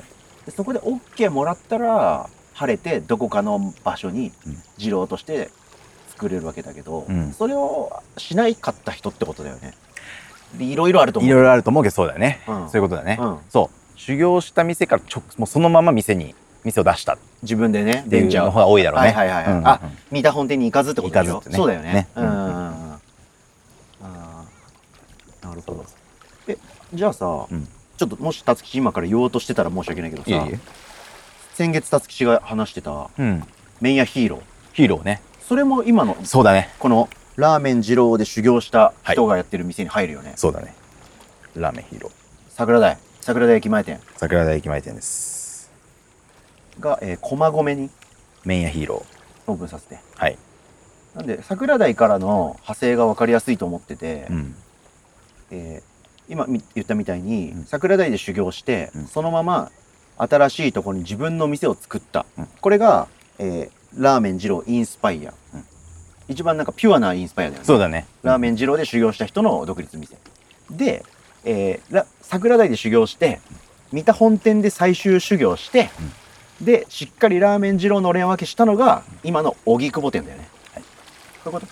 でそこで OK もらったら晴れてどこかの場所に二郎として作れるわけだけど、それをしないかった人ってことだよね。でいろいろあると思う。 いろいろあると思うけど、そうだよね、そういうことだね、そう修行した店からもうそのまま店を出した自分でね出ちゃうの方が多いだろうね。 あ、三田本店に行かずってことでしょ。そうだよね。なるほど。じゃあさ、ちょっともし辰吉今から言おうとしてたら申し訳ないけどさ、先月辰吉が話してた麺屋ヒーローね、 それも今のそうだね、 このラーメン二郎で修行した人がやってる店に入るよね。 そうだね、ラーメンヒーロー桜台駅前店ですが、駒込に麺屋ヒーロオープンさせて、 はいなんで桜台からの派生が分かりやすいと思ってて、今言ったみたいに、桜台で修行して、そのまま新しいところに自分の店を作った、これが、ラーメン二郎インスパイア、一番なんかピュアなインスパイアだよね。 そうだね、 ラーメン二郎で修行した人の独立店で、桜台で修行して三田本店で最終修行して、でしっかりラーメン二郎のれん分けしたのが今の荻窪店だよね。そういうこと。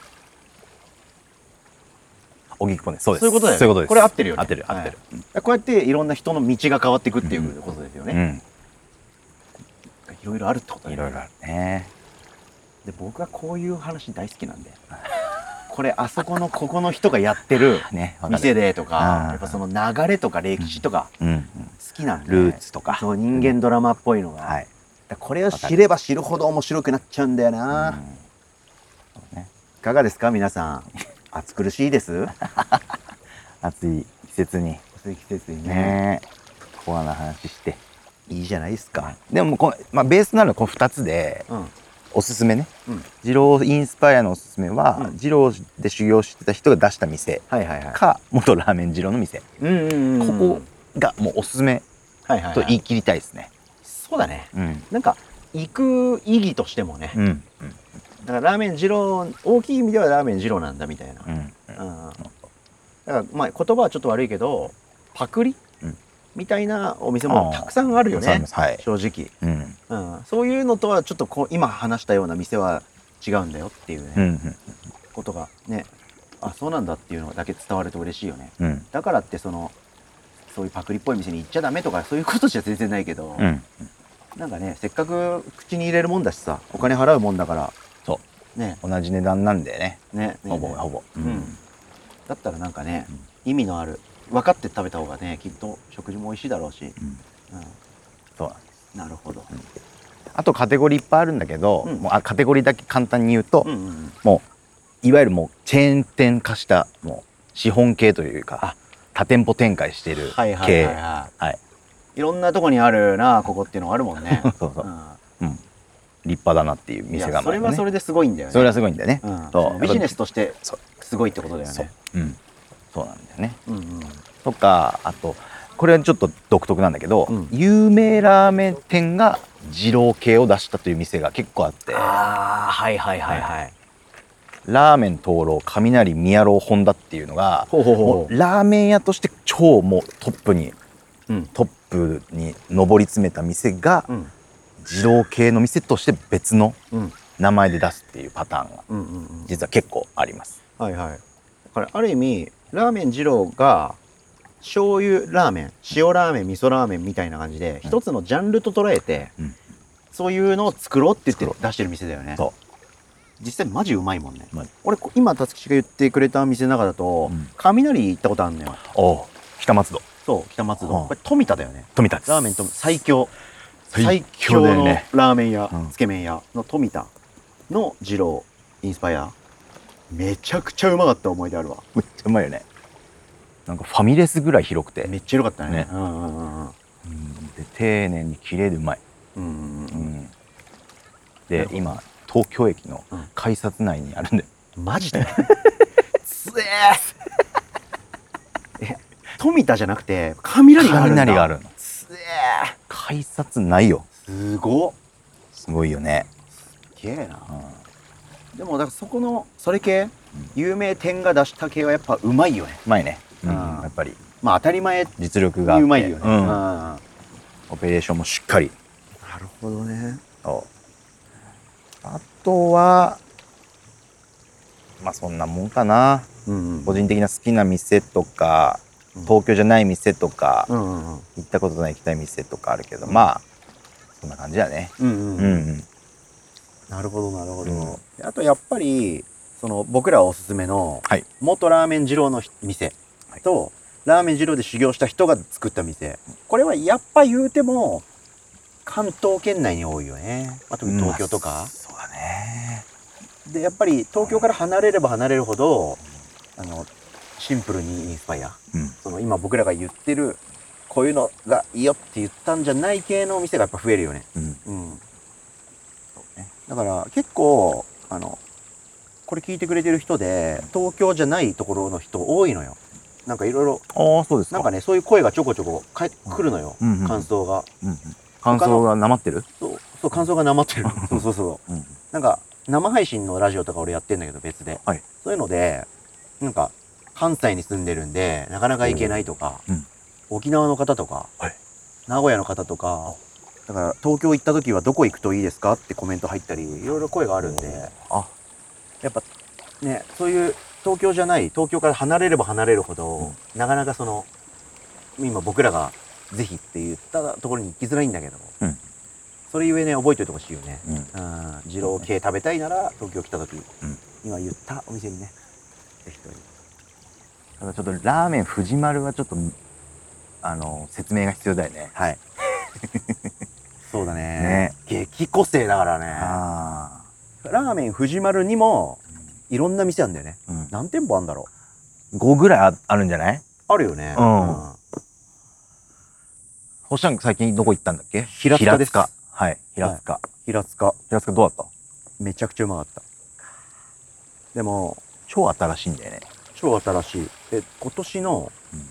荻窪ね、そうです。 そういうことだよね。 そういうことです。 これ合ってるよね。 合ってる。 こうやっていろんな人の道が変わっていくっていうことですよね。いろいろあるってことだね。 いろいろあるね。 で僕はこういう話大好きなんで、これあそこのここの人がやってる店でとか、やっぱその流れとか歴史とか好きなんで、 ルーツとか、 そう人間ドラマっぽいのが、これを知れば知るほど面白くなっちゃうんだよな。いかがですか皆さん。暑苦しいです。 暑い季節にね、コアな話していいじゃないですか。 でもこの、ベースなのはこの2つで、おすすめね、二郎インスパイアのおすすめは、二郎で修行してた人が出した店か、元ラーメン二郎の店、ここがもうおすすめと言い切りたいですね。 そうだね、なんか行く意義としてもね、だからラーメン二郎、大きい意味ではラーメン二郎なんだみたいな。だからまあ言葉はちょっと悪いけどパクリみたいなお店もたくさんあるよね、正直。そういうのとはちょっと今話したような店は違うんだよっていうね、ことがね、あ、そうなんだっていうのだけ伝わると嬉しいよね。だからってそういうパクリっぽい店に行っちゃダメとかそういうことじゃ全然ないけど、なんかね、せっかく口に入れるもんだしさ、お金払うもんだから、 そうね、同じ値段なんでね、ほぼだったらなんかね、意味のある、分かって食べた方がね、きっと食事も美味しいだろうし。 そうなんです。 なるほど。 あとカテゴリーいっぱいあるんだけど、もうカテゴリーだけ簡単に言うと、もういわゆるもうチェーン店化したもう資本系というか多店舗展開している系、 いろんなとこにあるなここっていうのがあるもんね。 立派だなっていう店が、 それはそれですごいんだよね。 それはすごいんだよね。 ビジネスとしてすごいってことだよね。 そうなんだよね。とか、あとこれはちょっと独特なんだけど、有名ラーメン店が二郎系を出したという店が結構あって、 ラーメン灯籠雷宮郎本田っていうのがもうラーメン屋として超もうトップに上り詰めた店が二郎系の店として別の名前で出すっていうパターンが実は結構あります。 だからある意味ラーメン二郎が醤油ラーメン、塩ラーメン、味噌ラーメンみたいな感じで一つのジャンルと捉えて、そういうのを作ろうって言って出してる店だよね。実際マジうまいもんね。俺今辰吉が言ってくれた店の中だと雷行ったことあるのよ。 北松戸。 そう、北松戸。これ富田だよね。 富田です。 ラーメン最強のラーメン屋、つけ麺屋の富田の二郎インスパイア、めちゃくちゃうまかった思い出あるわ。 めっちゃうまいよね。なんかファミレスぐらい広くてめっちゃ広かったね。 で丁寧に綺麗でうまい。で今東京駅の改札内にあるんで。 マジでつ富田じゃなくて雷があるんだ。 雷があるの。改札ないよ。 すごいよね。 すげえな。でもだからそこのそれ系有名店が出した系はやっぱうまいよね。 うまいね。やっぱりまあ当たり前実力があってうまいよね。 オペレーションもしっかり。 なるほどね。 あとはまあそんなもんかな、個人的な好きな店とか、東京じゃない店とか、行ったことない行きたい店とかあるけど、まあそんな感じだね。 なるほどなるほど。あとやっぱりその僕らおすすめの元ラーメン二郎の店と、ラーメン二郎で修行した人が作った店、これはやっぱ言うても関東圏内に多いよね。特に東京とか。 そうだね。 でやっぱり東京から離れれば離れるほどシンプルにインスパイア、その今僕らが言ってるこういうのがいいよって言ったんじゃない系のお店がやっぱ増えるよね。だから結構これ聞いてくれてる人で東京じゃないところの人多いのよ。なんかいろいろ、なんかね、そういう声がちょこちょこ来るのよ、感想が。 感想がなまってる？ そう、感想がなまってる。そう。なんか生配信のラジオとか俺やってんだけど別で、そういうのでなんか関西に住んでるんでなかなか行けないとか、沖縄の方とか、名古屋の方とか、だから東京行った時はどこ行くといいですかってコメント入ったりいろいろ声があるんで、やっぱね、そういう東京じゃない東京から離れれば離れるほど、なかなかその今僕らがぜひって言ったところに行きづらいんだけど、それゆえね覚えておいてほしいよね。二郎系食べたいなら東京来た時、今言ったお店にねぜひという。 ただちょっとラーメン藤丸はちょっと説明が必要だよね。 はい。そうだね。激個性だからね。ラーメン藤丸にもいろんな店あるんだよね。何店舗あるんだろう。5ぐらいあるんじゃない？ あるよね。 星ちゃん最近どこ行ったんだっけ？ 平塚です。 はい、平塚。 平塚どうだった？ めちゃくちゃうまかった。でも超新しいんだよね。 超新しい。今年の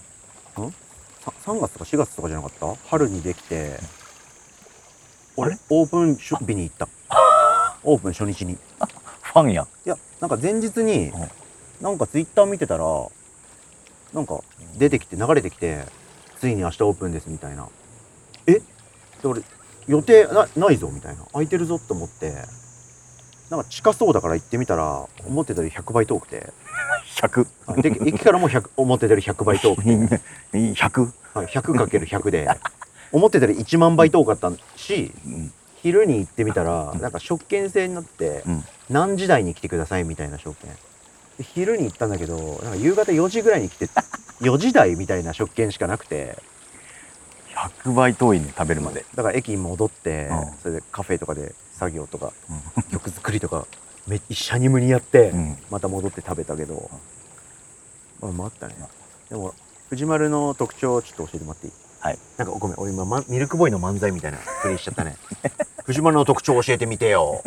3月とか4月とかじゃなかった？春にできて、俺オープン日に行った。オープン初日に。 ファンや。 いや、なんか前日になんかツイッター見てたらなんか出てきて流れてきて、ついに明日オープンですみたいな。で俺予定ないぞみたいな、空いてるぞと思って、なんか近そうだから行ってみたら思ってたより100倍遠くて 100 で駅からも思ってたより100倍遠くて 100×100 で思ってたより1万倍遠かったし、昼に行ってみたらなんか食券制になって、何時台に来てくださいみたいな食券で、昼に行ったんだけどなんか夕方4時ぐらいに来て4時台みたいな食券しかなくて、 100倍遠いね、食べるまで。 だから駅に戻って、それでカフェとかで作業とか、曲作りとかシャニムにやって、また戻って食べたけど、うまかったね。でも藤丸の特徴をちょっと教えてもらっていい？なんかごめん、俺今ミルクボーイの漫才みたいなプレイしちゃったね。藤丸の特徴を教えてみてよ。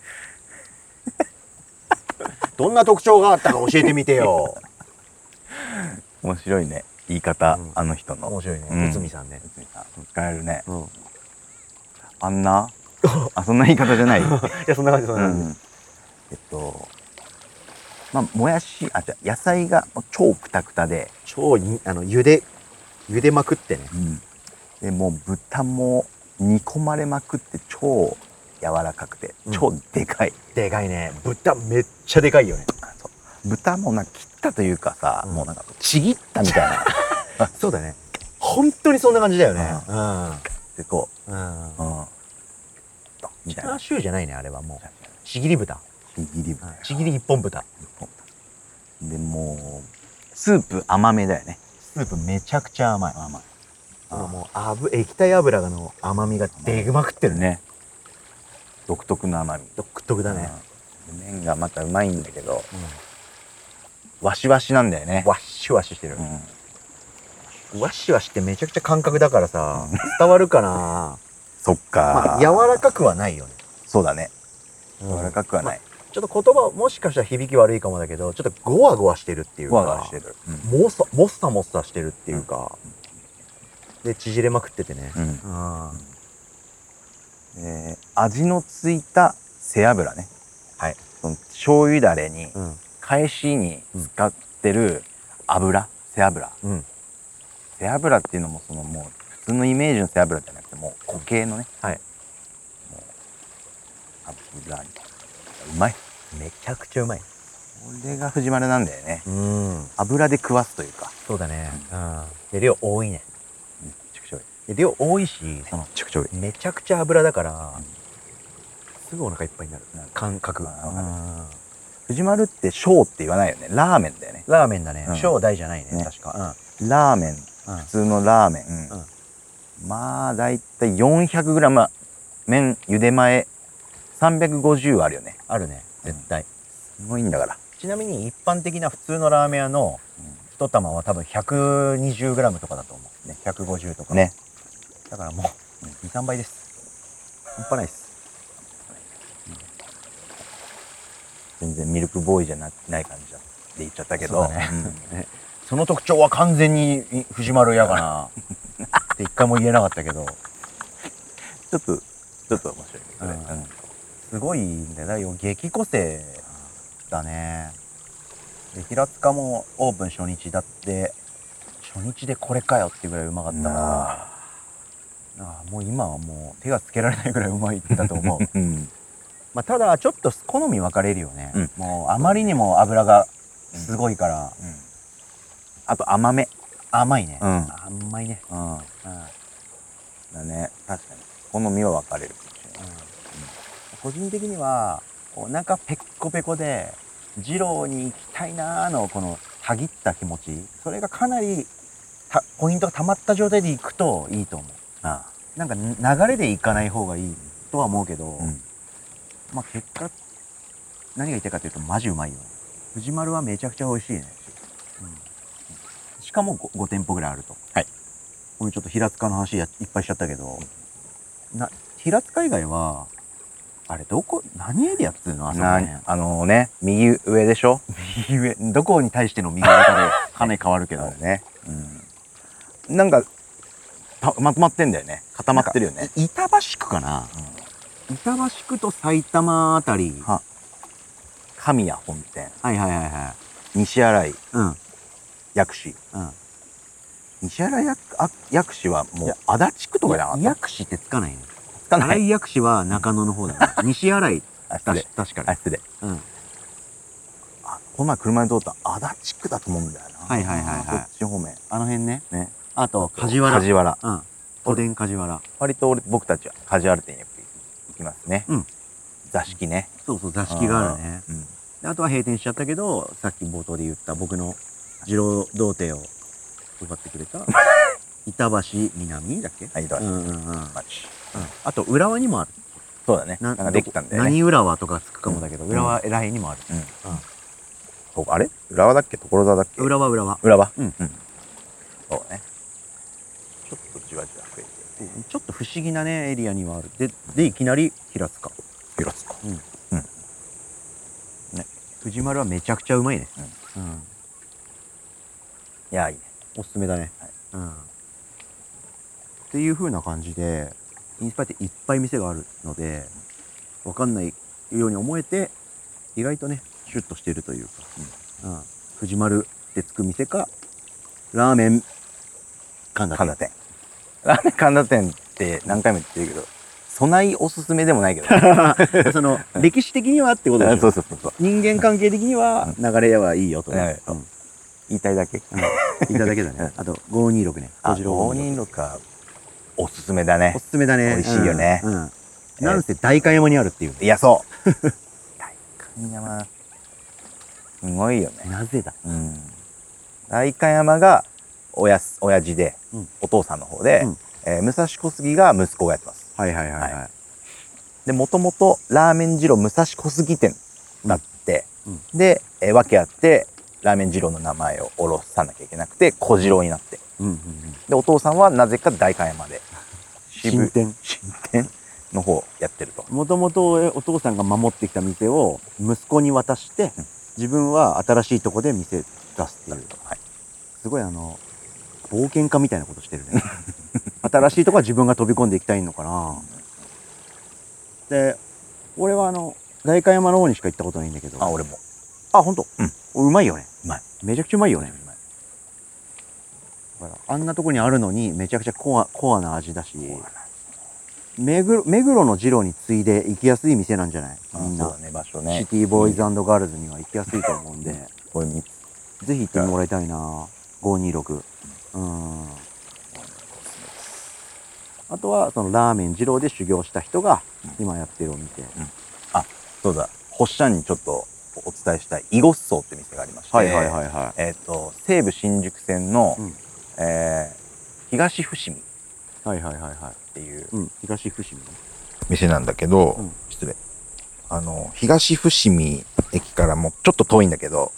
どんな特徴があったか教えてみてよ。 面白いね、言い方、あの人の。 面白いね。内海さんね。 使えるね。あんなそんな言い方じゃない。いや、そんな感じ、そんな感じ。 まあもやし、野菜が超クタクタで、 超茹でまくってね。 でもう豚も煮込まれまくって超柔らかくて、超でかい。 でかいね。豚めっちゃでかいよね。 豚もなんか切ったというかさ、もうなんかちぎったみたいな。 そうだね。本当にそんな感じだよね。 でこう、 チャーシューじゃないね、あれはもう。ちぎり豚。ちぎり一本豚。 でもうスープ甘めだよね。 スープめちゃくちゃ甘い。もう液体油の甘みが出まくってるね。 独特の甘み。 独特だね。 麺がまたうまいんだけど、ワシワシなんだよね。 ワッシュワシしてる。ワッシュワシってめちゃくちゃ感覚だからさ、伝わるかな。 そっか。 柔らかくはないよね。 そうだね。柔らかくはない。 ちょっと言葉もしかしたら響き悪いかもだけど、ちょっとゴワゴワしてるっていうか、 ゴワゴワしてる。 もっさもっさしてるっていうか、で縮れまくっててね。 味のついた背脂ね。醤油だれに返しに使ってる油、背脂。背脂っていうのももう普通のイメージの背脂じゃなくてもう固形のね、 はい、 もう油にうまい。 めちゃくちゃうまい。 これが藤丸なんだよね。 うん、 油で食わすというか。 そうだね。うん。で量多いね。 めちゃくちゃ多い。 で量多いし、そのめちゃくちゃ多い。 めちゃくちゃ油だから、すぐお腹いっぱいになる。感覚。 藤丸って小って言わないよね。ラーメンだよね。 ラーメンだね。小大じゃないね、確か。 ラーメン、普通のラーメン。まあだいたい 400g 麺茹で前350あるよね。 あるね、絶対。 すごいんだから。 ちなみに一般的な普通のラーメン屋の一玉は多分 120g とかだと思うね。150とかね。だからもう2、3倍です。半端ないです。 全然ミルクボーイじゃない感じだって言っちゃったけど、 その特徴は完全に藤丸屋かなって一回も言えなかったけど、 ちょっと面白いけどね。 すごいんだよ。激個性だね。で平塚もオープン初日だって、初日でこれかよっていうぐらいうまかったから、もう今はもう手がつけられないぐらいうまいんだと思う。まあただちょっと好み分かれるよね。もうあまりにも油がすごいから。 あと甘め。 甘いね。甘いね。 だね。確かに好みは分かれる。 個人的にはお腹ペッコペコで二郎に行きたいなーのこのたぎった気持ち、それがかなりポイントが溜まった状態で行くといいと思う。なんか流れで行かない方がいいとは思うけど、まあ結果何が言いたいかというとマジうまいよ。藤丸はめちゃくちゃ美味しいね。しかも 5店舗ぐらいあると。これちょっと平塚の話いっぱいしちゃったけど、平塚以外はあれ何エリアっつうの？あそこね。 右上でしょ？ 右上。どこに対しての右上かでかなり変わるけどね。 なんかまとまってんだよね。固まってるよね。 板橋区かな。板橋区と埼玉あたり。 神谷本店。西新井。薬師。西新井薬師はもう足立区とかじゃなかった？薬師ってつかないね。新井薬師は中野の方だね。西新井。確かに。 失礼。この前車に通った足立区だと思うんだよな。こっち方面。 あの辺ね。あと梶原。都電梶原。 割と僕たちは梶原店よく行きますね。座敷ね。 そう座敷があるね。あとは閉店しちゃったけど、さっき冒頭で言った僕の二郎童貞を奪ってくれた板橋南だっけ？板橋町。あと浦和にもある。 そうだね。なんかできたんだよね。 何浦和とかつくかもだけど、浦和らへんにもある。 あれ？浦和だっけ？所沢だっけ？ 浦和。そうね。 ちょっとじわじわ増えて。 ちょっと不思議なねエリアにはある。でいきなり平塚。藤丸はめちゃくちゃうまいね。いやいいね。おすすめだね。っていう風な感じでインスパイっていっぱい店があるので、分かんないように思えて意外とねシュッとしているというか、藤丸ってつく店かラーメン神田店。 ラーメン神田店って何回も言ってるけど、そないおすすめでもないけどその歴史的にはってことでしょ。人間関係的には流れはいいよと言いたいだけ。 言いただけだね。あと526ね。 526か。おすすめだね。 おすすめだね。 美味しいよね。 なんせ代官山にあるっていう。 いやそう代官山すごいよね。 なぜだ。 代官山が親父で、お父さんの方で、武蔵小杉が息子がやってます。でもともとラーメン二郎武蔵小杉店だって、で訳あってラーメン二郎の名前を下ろさなきゃいけなくて小次郎になって、でお父さんはなぜか代官山で新店の方やってると。 もともとお父さんが守ってきた店を息子に渡して、自分は新しいとこで店出すっていう。すごい冒険家みたいなことしてるね。新しいとこは自分が飛び込んでいきたいのかな。で俺は代官山の方にしか行ったことないんだけど。 俺も。 本当。うまいよね。めちゃくちゃうまいよね。 だからあんなとこにあるのにめちゃくちゃコアな味だし、目黒の二郎に次いで行きやすい店なんじゃない？みんな。 そうだね、場所ね。 シティボーイズ&ガールズには行きやすいと思うんで、 これ3つ。 ぜひ行ってもらいたいな。526。あとはそのラーメン二郎で修行した人が今やってるお店。 あ、そうだ。星ちゃんにちょっとお伝えしたい囲碁荘って店がありまして、西武新宿線の、東伏見っていう東伏見店なんだけど、失礼。東伏見駅からもちょっと遠いんだけど、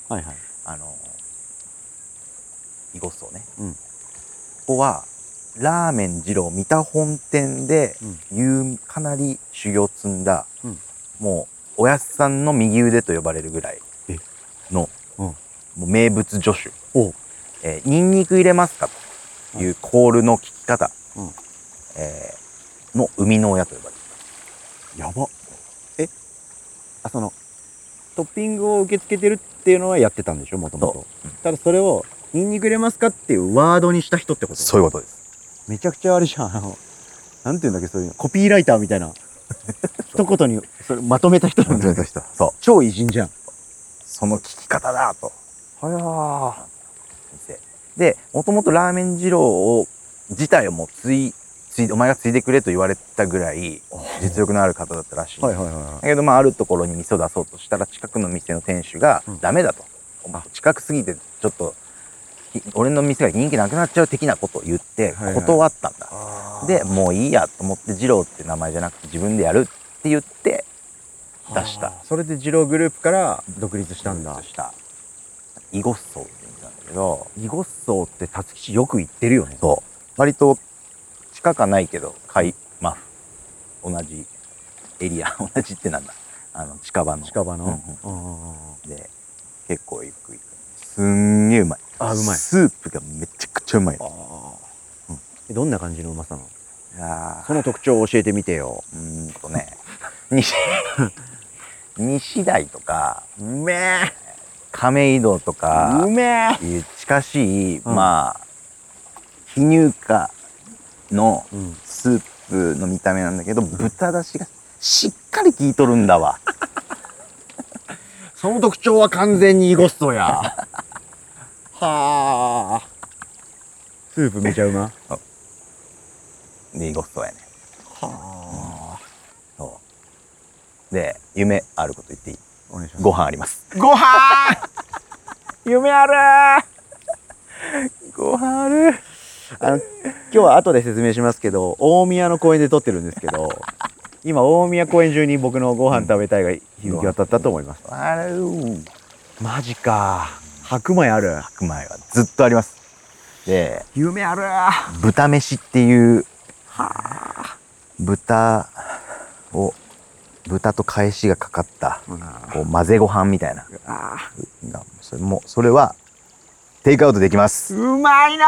囲碁荘ね。ここはラーメン二郎三田本店で、かなり修行積んだ、もうおやすさんの右腕と呼ばれるぐらいの、もう名物助手、ニンニク入れますかというコールの聞き方、の生みの親と呼ばれる。 やば。そのトッピングを受け付けてるっていうのはやってたんでしょ、もともと。ただそれをニンニク入れますかっていうワードにした人ってこと？ そういうことです。 めちゃくちゃあれじゃん、なんていうんだっけ、そういうのコピーライターみたいな一言にそれまとめた人なんだ。 そう。 超偉人じゃん。 その聞き方だと。 はや店で、もともとラーメン二郎自体をもうお前が継いでくれと言われたぐらい実力のある方だったらしい。だけど、あるところに店を出そうとしたら近くの店の店主がダメだと、近くすぎてちょっと俺の店が人気なくなっちゃう的なことを言って断ったんだ。でもういいやと思って二郎って名前じゃなくて自分でやるって言って出した。 それで二郎グループから独立したんだ。 囲碁荘って言うんだけど、 囲碁荘って辰吉よく行ってるよね。 そう、割と近かないけど同じエリア同じってなんだ、近場ので結構よく行く。すんげえうまい。 うまい。 スープがめちゃくちゃうまい。 どんな感じのうまさなの？その特徴を教えてみてよ。 西台とかうめえ亀戸とかいう近しい、非乳化のスープの見た目なんだけど、豚だしがしっかり効いとるんだわ。 その特徴は完全に囲碁荘や。はあ。スープめちゃうま。 で囲碁荘やね。 はあ。 そうで、夢あること言っていい？ お願いします。 ご飯あります。 ご飯夢ある。 ご飯ある。 今日は後で説明しますけど、大宮の公園で撮ってるんですけど、今大宮公園中に僕のご飯食べたいが響き渡ったと思います。マジか。白米ある。 白米はずっとあります。で、 夢ある。 豚飯っていう、豚と返しがかかったこう混ぜご飯みたいな。それはテイクアウトできます。 うまいな。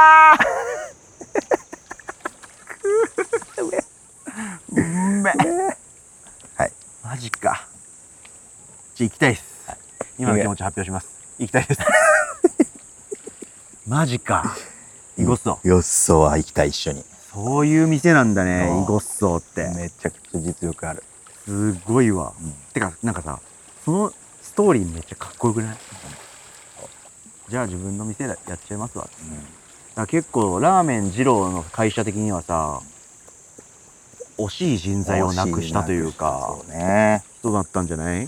うめえ。 はい。 マジか。行きたいっす。今の気持ち発表します。行きたいです。マジか。囲碁荘。 囲碁荘は行きたい、一緒に。 そういう店なんだね、囲碁荘って。 めちゃくちゃ実力ある。 すごいわ。てか、なんかさ、そのストーリーめっちゃかっこよくない？じゃあ自分の店でやっちゃいますわ。だから結構ラーメン二郎の会社的にはさ、惜しい人材をなくしたというか、人だったんじゃない？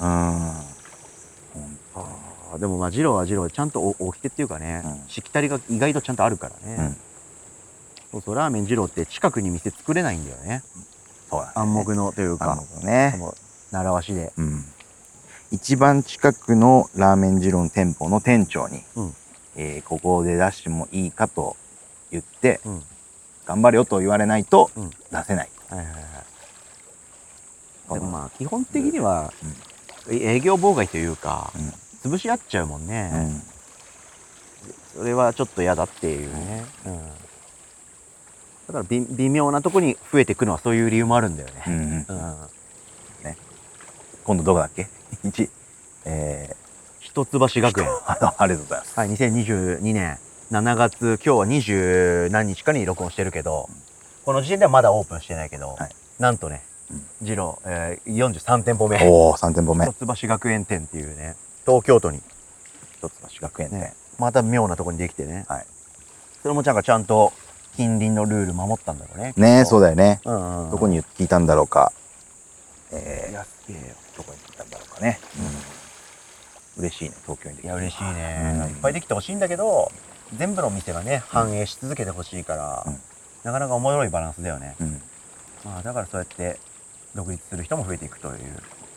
でも二郎は二郎でちゃんと掟っていうかね、しきたりが意外とちゃんとあるからね。そうそう、ラーメン二郎って近くに店作れないんだよね。暗黙のというか、習わしで。 一番近くのラーメン二郎の店舗の店長に、ここで出してもいいかと言って、頑張れよと言われないと出せない。 でもまあ基本的には営業妨害というか、潰し合っちゃうもんね。それはちょっと嫌だっていうね。だから微妙なとこに増えていくのはそういう理由もあるんだよね。 今度どこだっけ？ 一橋学園。 ありがとうございます。 はい、2022年 7月今日は20何日かに録音してるけど、この時点ではまだオープンしてないけど、 はい、 なんとね、ジロー、43店舗目。 おお、3店舗目。 一橋学園店っていうね、東京都に一橋学園店、ね、 また妙なとこにできてね、 はい、 それもちゃんと近隣のルール守ったんだろうね。 ねえ、そうだよね。 どこに聞いたんだろうか。 いや、すげえよ。 どこに聞いたんだろうかね。嬉しいね、東京にできて。 いや、嬉しいね。いっぱいできてほしいんだけど、全部の店がね、反映し続けてほしいから、なかなか面白いバランスだよね。まあ、だからそうやって独立する人も増えていくという。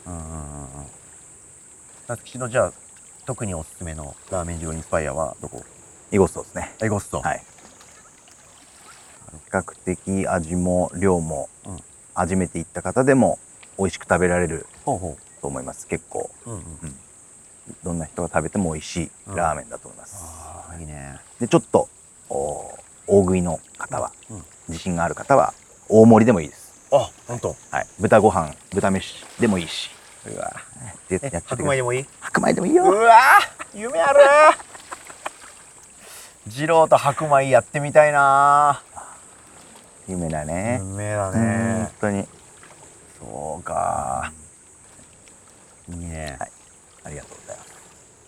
私のじゃあ、特におすすめのラーメン二郎インスパイアはどこ？ イゴストですね。 イゴスト。 はい。比較的味も量も、初めて行った方でも美味しく食べられると思います。結構。どんな人が食べても美味しいラーメンだと思います。 ああ、いいね。 で、ちょっと大食いの方は、自信がある方は大盛りでもいいです。 あ、本当。 はい。豚ご飯、豚飯でもいいし。 うわ。 白米でもいい？ 白米でもいいよ。 うわ、夢ある。二郎と白米やってみたいな。 夢だね。 夢だね。 本当に。 そうか。いいね。 はい。ありがとうございます。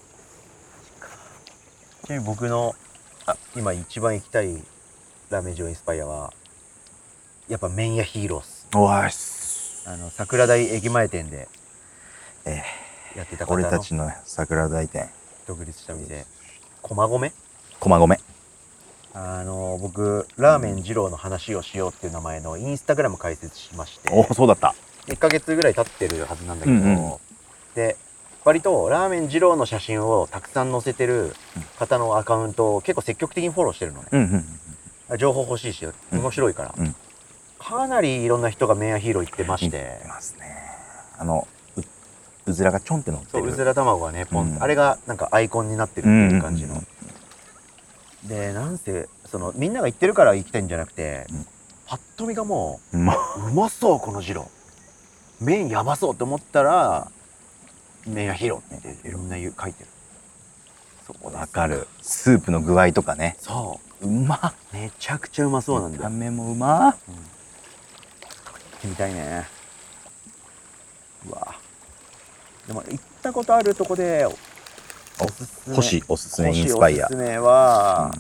ちなみに僕の今一番行きたいラーメン二郎インスパイアはやっぱ麺屋ヒーローっす。 おーす。 桜台駅前店でやってた方の俺たちの桜台店独立した店、駒込。僕ラーメン二郎の話をしようっていう名前のインスタグラム開設しまして、 お、そうだった。 1ヶ月ぐらい経ってるはずなんだけど、で割とラーメン二郎の写真をたくさん載せてる方のアカウントを結構積極的にフォローしてるのね。情報欲しいし面白いから、かなりいろんな人が麺屋ヒーロー行ってまして。 ますね。うずらがちょんって乗ってる。 うずら卵がね、ポン、あれがなんかアイコンになってるっていう感じの。で、なんせみんなが行ってるから行きたいんじゃなくて、パッと見がもううまそう、この二郎麺やばそうって思ったら麺屋ヒーローってみんな書いてる。 わかる。スープの具合とかね。 そう、 うま。 めちゃくちゃうまそうなんだよ。 見た目もうま。 行ってみたいね。うわ。でも行ったことあるとこで星おすすめインスパイア。 おすすめは、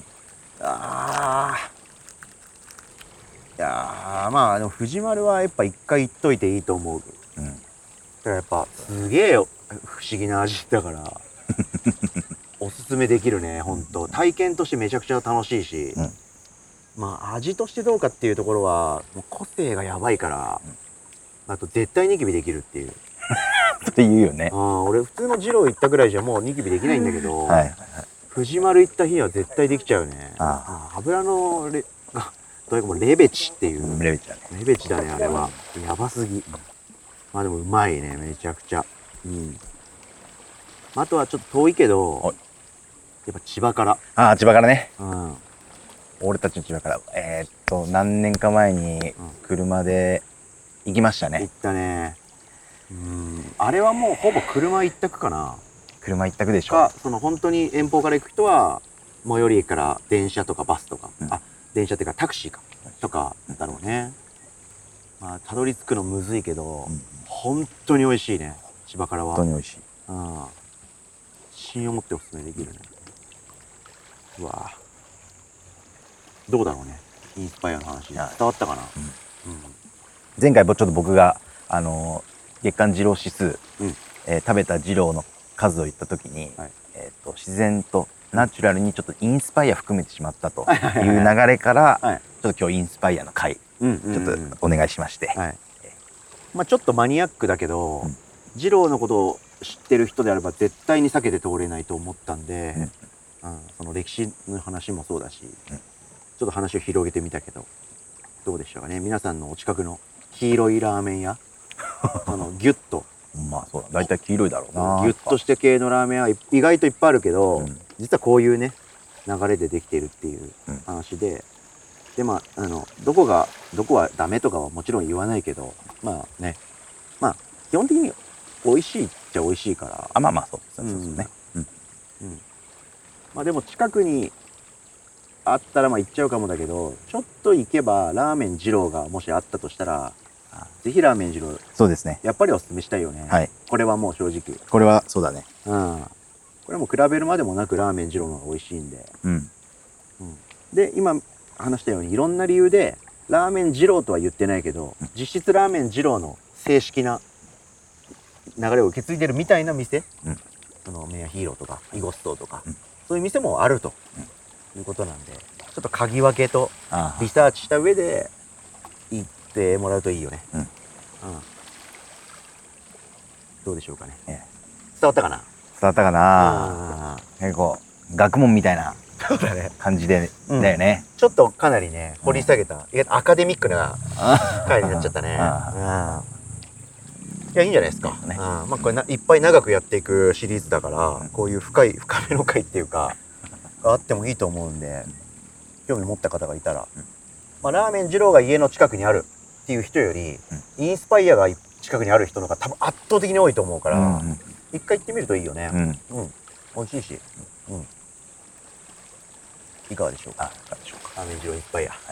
いやまあでも藤丸はやっぱ一回行っといていいと思う。だからやっぱすげえ不思議な味だからおすすめできるね。本当体験としてめちゃくちゃ楽しいし、まあ味としてどうかっていうところはもう個性がやばいから、あと絶対ニキビできるっていうって言うよね。 俺普通の二郎行ったぐらいじゃもうニキビできないんだけど、藤丸行った日には絶対できちゃうね。油のどういうかもレベチっていうレベチだね。あれはやばすぎ。まあでもうまいね、めちゃくちゃ。あとはちょっと遠いけどやっぱ千葉から。 千葉からね。俺たちの千葉から何年か前に車で行きましたね。 行ったね。あれはもうほぼ車一択かな。 車一択でしょ。 本当に遠方から行く人は最寄り駅から電車とかバスとか、電車っていうかタクシーかとかだろうね。まあたどり着くのむずいけど、本当に美味しいね、千葉からは。 本当に美味しい。 自信を持っておすすめできるね。うわどうだろうね、インスパイアの話伝わったかな。 前回ちょっと僕が月間二郎指数、食べた二郎の数を言った時に、自然とナチュラルにちょっとインスパイア含めてしまったという流れから、ちょっと今日インスパイアの回ちょっとお願いしまして、 まあちょっとマニアックだけど、二郎のことを知ってる人であれば絶対に避けて通れないと思ったんで、その歴史の話もそうだし、ちょっと話を広げてみたけどどうでしょうかね。皆さんのお近くの黄色いラーメン屋ギュッと、 まあそうだ、大体黄色いだろうな。 ギュッとして系のラーメン屋は意外といっぱいあるけど、実はこういうね流れでできているっていう話で、まあどこはダメとかはもちろん言わないけど、まあね、まあ基本的に美味しいっちゃ美味しいから、 まあそうですね。 まあでも近くにあったらまあ行っちゃうかもだけど、ちょっと行けばラーメン二郎がもしあったとしたら、ぜひラーメン二郎、 そうですね。 やっぱりおすすめしたいよね。 はい。 これはもう正直。 これはそうだね。 うん。これはもう比べるまでもなくラーメン二郎の方が美味しいんで。 うん。 で、今話したようにいろんな理由で、ラーメン二郎とは言ってないけど、実質ラーメン二郎の正式な流れを受け継いでるみたいな店、メヤヒーローとかイゴストーとか、そういう店もあると、いうことなんで、ちょっと鍵分けとリサーチした上で行ってもらうといいよね。どうでしょうかね。伝わったかな？ 伝わったかな。結構学問みたいな感じでだよね。 ちょっとかなりね掘り下げた、アカデミックな回になっちゃったね。いや、いいんじゃないですか。まあこれいっぱい長くやっていくシリーズだから、こういう深めの回っていうかがあってもいいと思うんで、興味持った方がいたら、まあラーメン二郎が家の近くにあるっていう人より、インスパイアが近くにある人の方が多分圧倒的に多いと思うから、一回行ってみるといいよね。美味しいし。いかがでしょうか。ラーメン二郎インスパイア。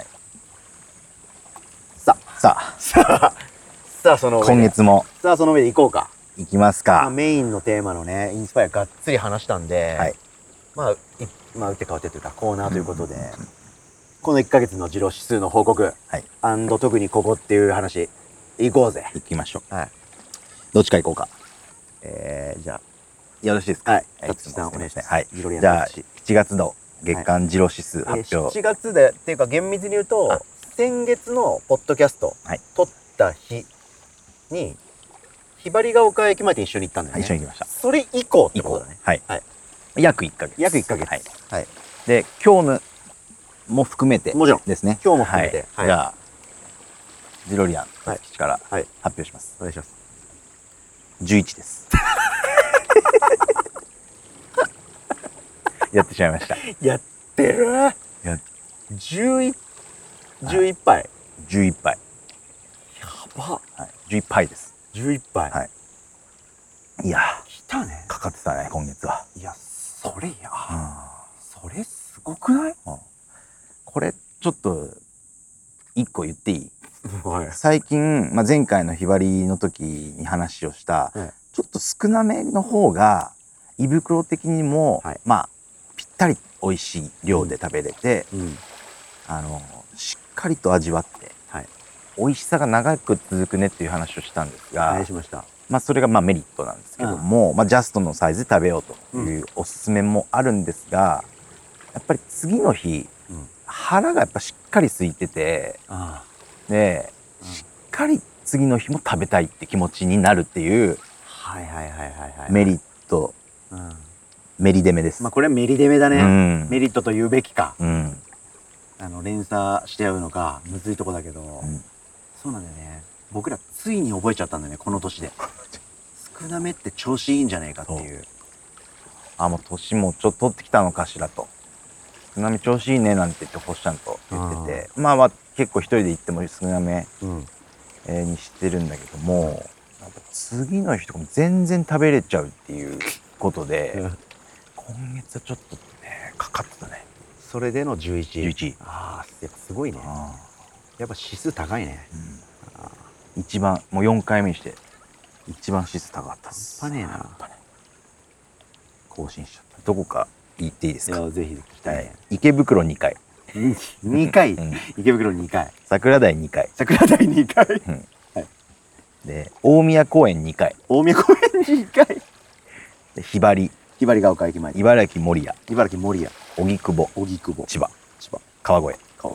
さあその今月もその上で行こうか。 行きますか。 メインのテーマのねインスパイアがっつり話したんで、まあ打って変わってというかコーナーということで、この1ヶ月の二郎指数の報告、特にここっていう話行こうぜ。 行きましょう。どっちから行こうか。 じゃあよろしいですか。はい。 辰木さんお願いします。 はい。じゃあ7月の月間二郎指数発表。 7月でっていうか厳密に言うと先月のポッドキャスト撮った日にひばりが丘駅まで一緒に行ったんだよね。 一緒に行きました。 それ以降ってことだね。 はい。約1ヶ月。 約1ヶ月。 はい。で今日のも含めてですね。 今日も含めて。 じゃあジロリアン辰吉から発表します。 お願いします。 11です。やってしまいました。 やってる。11杯。 11杯。 やば。 11杯です。 11杯。 はい。いや来たね。 かかってたね今月は。 いやそれすごくない？ これちょっと1個言っていい？最近、前回のひばりの時に話をした、ちょっと少なめの方が胃袋的にも、ぴったり美味しい量で食べれて、しっかりと味わって、美味しさが長く続くねっていう話をしたんですが、それがメリットなんですけども、ジャストのサイズで食べようというおすすめもあるんですが、やっぱり次の日、腹がやっぱしっかり空いてて、でしっかり次の日も食べたいって気持ちになるっていうメリット、メリデメです。 これはメリデメだね。メリットと言うべきか。連鎖しちゃうのかむずいとこだけど、そうなんだよね。僕らついに覚えちゃったんだよねこの年で。少なめって調子いいんじゃないかっていう。 もう年もちょっと取ってきたのかしらと。少なめ調子いいねなんて言ってほっしゃんと言ってて、結構一人で行っても少なめにしてるんだけども、次の日とかも全然食べれちゃうっていうことで、今月はちょっとねかかってたね。 それでの11。 11。 やっぱすごいね。やっぱ指数高いね。 一番もう4回目にして一番指数高かったっす。 半端ねえな。 更新しちゃった。どこか言っていいですか？ ぜひ聞きたいね。 池袋2回。 2回。池袋2回。 桜台2回。 桜台2回。 で大宮公園2回。 大宮公園2回。 でひばりが丘駅前。 茨城守谷。 荻窪。 千葉。川越。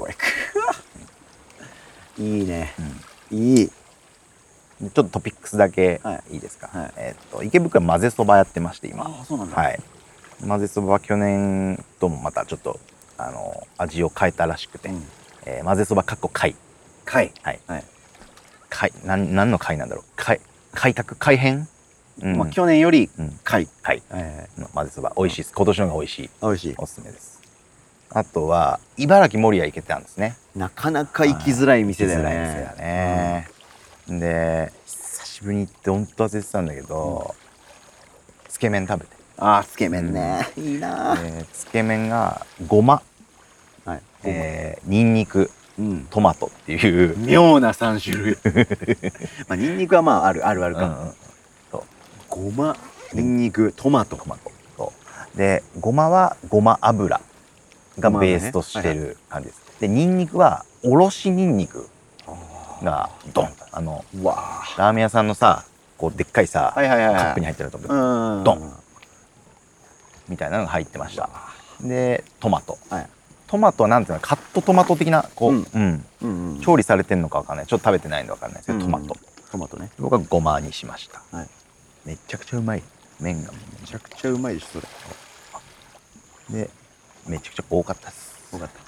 いいね。いい。 ちょっとトピックスだけいいですか？池袋は混ぜそばやってまして今。 そうなんだ。 はい。混ぜそばは去年ともまたちょっと味を変えたらしくて、混ぜそばかっこ貝。はい。貝何の貝なんだろう。改編？ 去年より貝。 の混ぜそば美味しいです。今年のが美味しい。おすすめです。あとは茨城守谷行けたんですね。 なかなか行きづらい店だよね。 で久しぶりに行って本当忘れてたんだけど、つけ麺食べて。 つけ麺ね。いいな。 つけ麺がごまニンニク、トマトっていう妙な3種類まあニンニクはまああるか、ごま、ニンニク、トマトでごまはごま油がベースとしてる感じです。でニンニクはおろしニンニクがドン、ラーメン屋さんのさこうでっかいさカップに入ってると思うドンみたいなのが入ってました。でトマトはなんていうのカットトマト的なこう調理されてんのかわかんない、ちょっと食べてないのわかんないですけど、トマトね、僕はごまにしました。めちゃくちゃうまい、麺がめちゃくちゃうまいです。それでめちゃくちゃ多かったです。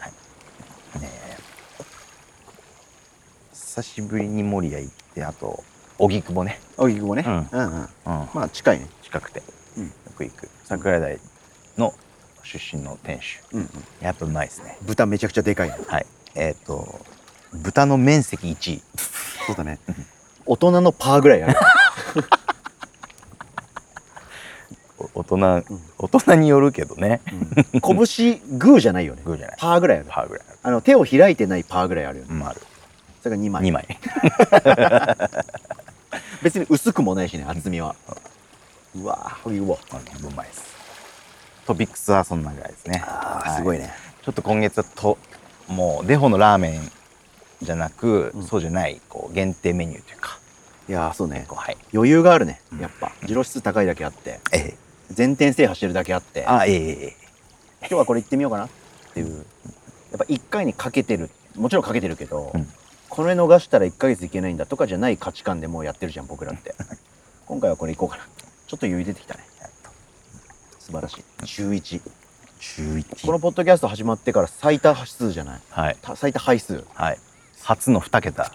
久しぶりに守谷行って、あと荻窪ね、まあ近いね、近くてよく行く桜井台の出身の店主、やっぱうまいですね。 豚めちゃくちゃでかい。 豚の面積1位。 そうだね。大人のパーぐらいある。 大人によるけどね。 拳グーじゃないよね。パーぐらいある。手を開いてないパーぐらいあるよね。それが2枚。別に薄くもないしね、厚みは。うわー、うまいです。トピックスはそんなぐらいですね。 すごいね。 ちょっと今月はもうデフォのラーメンじゃなく、そうじゃないこう限定メニューというか。 いやー、そうね。余裕があるね。やっぱ二郎指数高いだけあって、全店制覇してるだけあって、今日はこれ行ってみようかなっていう。やっぱ1回にかけてる、もちろんかけてるけど、これ逃したら1ヶ月いけないんだとかじゃない価値観でもうやってるじゃん僕らって。今回はこれ行こうかな。ちょっと余裕出てきたね。素晴らしい。週1。このポッドキャスト始まってから最多数じゃない。最多杯数。 初の2桁。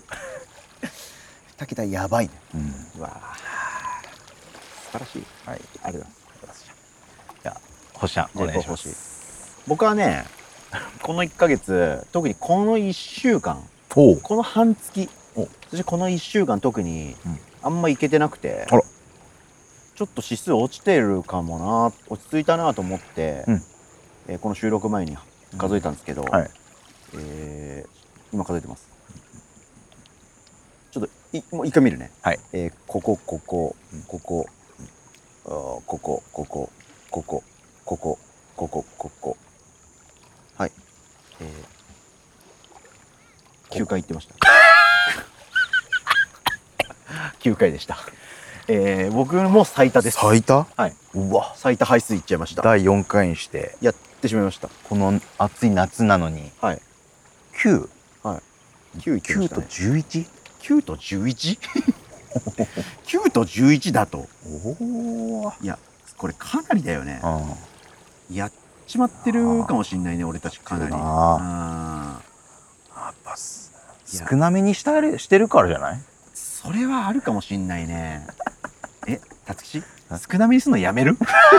2桁やばいね。うわ素晴らしい。ありがとうございます。 じゃあ星ちゃんお願いします。 僕はね、この1ヶ月、特にこの1週間、この半月、そしてこの1週間特にあんま行けてなくて、ちょっと指数落ちてるかもな、落ち着いたなと思って、この収録前に数えたんですけど、今数えてます。ちょっともう一回見るね。ここ、ここ、ここ、ここ、ここ、ここ、ここ、ここ、ここ。はい。9回行ってました。9回でした。僕も最多です。 最多？ はい。うわ、最多杯数いっちゃいました。 第4回にしてやってしまいました。 この暑い夏なのに。9。 9 と 11？ 9と 11？ 9と11だと。いや、これかなりだよね。やっちまってるかもしんないね、俺たちかなり。 やっぱ少なめにしてるからじゃない？ それはあるかもしんないね。たつき少なめにするのやめる？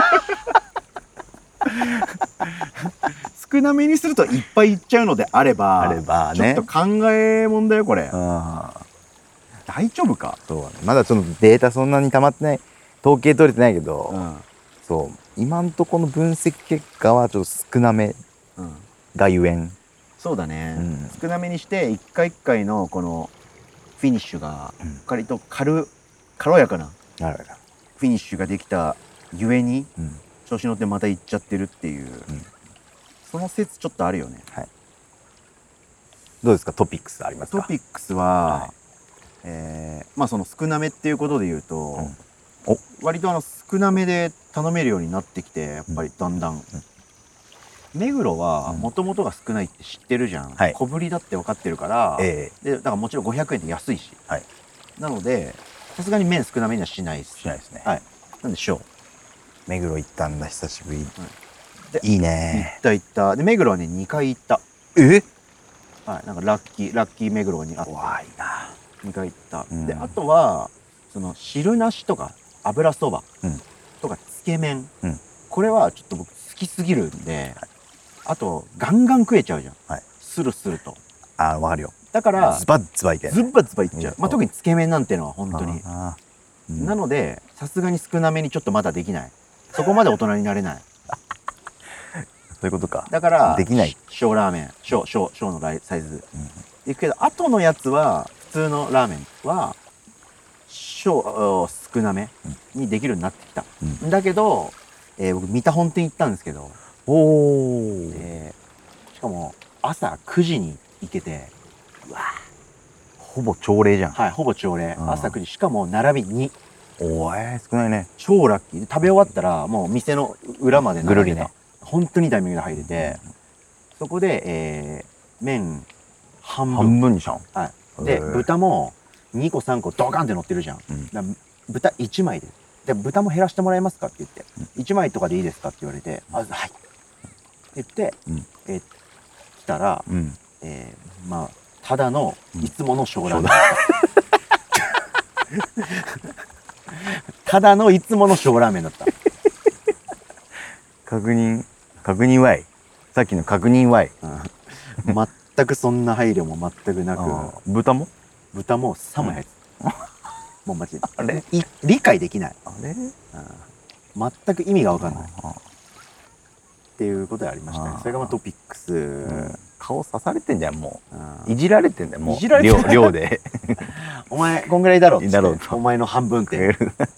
少なめにするといっぱいいっちゃうのであればちょっと考えもんだよこれ。大丈夫か？ まだそのデータそんなに溜まってない、統計取れてないけど、今んとこの分析結果はちょっと少なめがゆえん。 そうだね、少なめにして一回一回のこのフィニッシュが割と軽やかなフィニッシュができたゆえに、調子乗ってまた行っちゃってるっていう、その説ちょっとあるよね。 どうですか？トピックスありますか？ トピックスは、まあその少なめっていうことで言うと、割と少なめで頼めるようになってきて、やっぱりだんだん。目黒はもともとが少ないって知ってるじゃん。小ぶりだって分かってるから、でだからもちろん500円って安いし、なのでさすがに麺少なめにはしないです。 ね。 なんでしょう。 目黒行ったんだ久しぶり。いいね。 行った。で目黒はね2回行った。なんかラッキー目黒にあって。 わいいな。 2回行った。であとはその汁なしとか油そばとかつけ麺、これはちょっと僕好きすぎるんで。あとガンガン食えちゃうじゃん、スルスルと。 わかるよ。 だからズバッズバいってズバズバいっちゃう。特につけ麺なんてのは本当になのでさすがに少なめにちょっとまだできない。そこまで大人になれない。 そういうことか。 だからできない。 小ラーメン、小のサイズ。いくけど、後のやつは、普通のラーメンは、少なめにできるようになってきた。だけど、僕、三田本店行ったんですけど、しかも、朝9時に行けて、うわほぼ朝礼じゃん。 はい、ほぼ朝礼。朝9時。しかも、並び2。 少ないね。 超ラッキー。食べ終わったら、もう店の裏までぐるりね。 本当にタイミングで入れて、そこで、麺半分にしたの。 はい。で、豚も2個3個ドカンって乗ってるじゃん。豚1枚で。で、豚も減らしてもらえますかって言って、1枚とかでいいですかって言われて、はい。って言って、来たら、まあ、ただのいつもの小ラーメン。ただのいつもの小ラーメンだった。 確認ワイ。さっきの確認ワイ。 全くそんな配慮も全くなく。 豚もさもやつ。もうマジで。あれ理解できない。 あれ全く意味がわかんない。っていうことがありましたね。それがトピックス。 顔刺されてんじゃん、もう。いじられてんだよ、もう。 いじられてん量で。 お前、こんぐらいだろって。 だろうお前の半分って。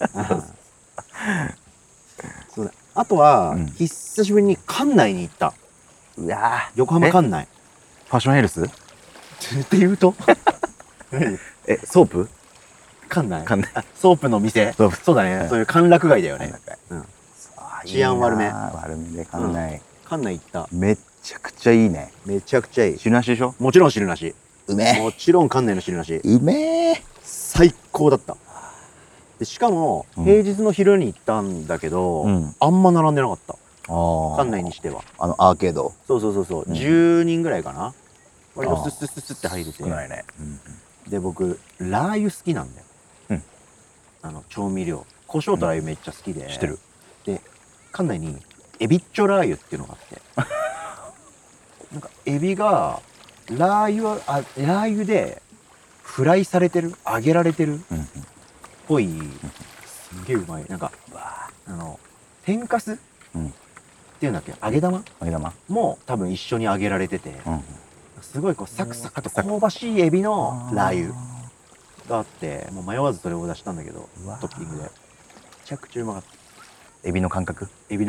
そうだ。あとは、久しぶりに館内に行った。 うわ横浜館内。 ファッションヘルスって言うとソープ館内ソープの店。そうだね。そういう歓楽街だよね。治安悪め。 悪めで館内。 館内行った。 めちゃくちゃいいね。 めちゃくちゃいい。 汁なしでしょ？ もちろん汁なし。 うめえ。 もちろん館内の汁なし。 うめえ。 最高だった。でしかも、平日の昼に行ったんだけど、あんま並んでなかった。館内にしては。 アーケード。 そう。10人ぐらいかな。割とスッスッスッスッって入れて。 少ないね。 で、僕、ラー油好きなんだよ。調味料。胡椒とラー油めっちゃ好きで。 知ってる。 で、館内に、エビッチョラー油っていうのがあって。なんか、エビが、ラー油で、フライされてる、揚げられてる、っぽい、すげえうまい。なんか、天かすっていうんだっけ、揚げ玉も多分一緒に揚げられてて、すごいこうサクサクと香ばしいエビのラー油があって、もう迷わずそれを出したんだけど、トッピングで。めちゃくちゃうまかった。エビの感覚、スー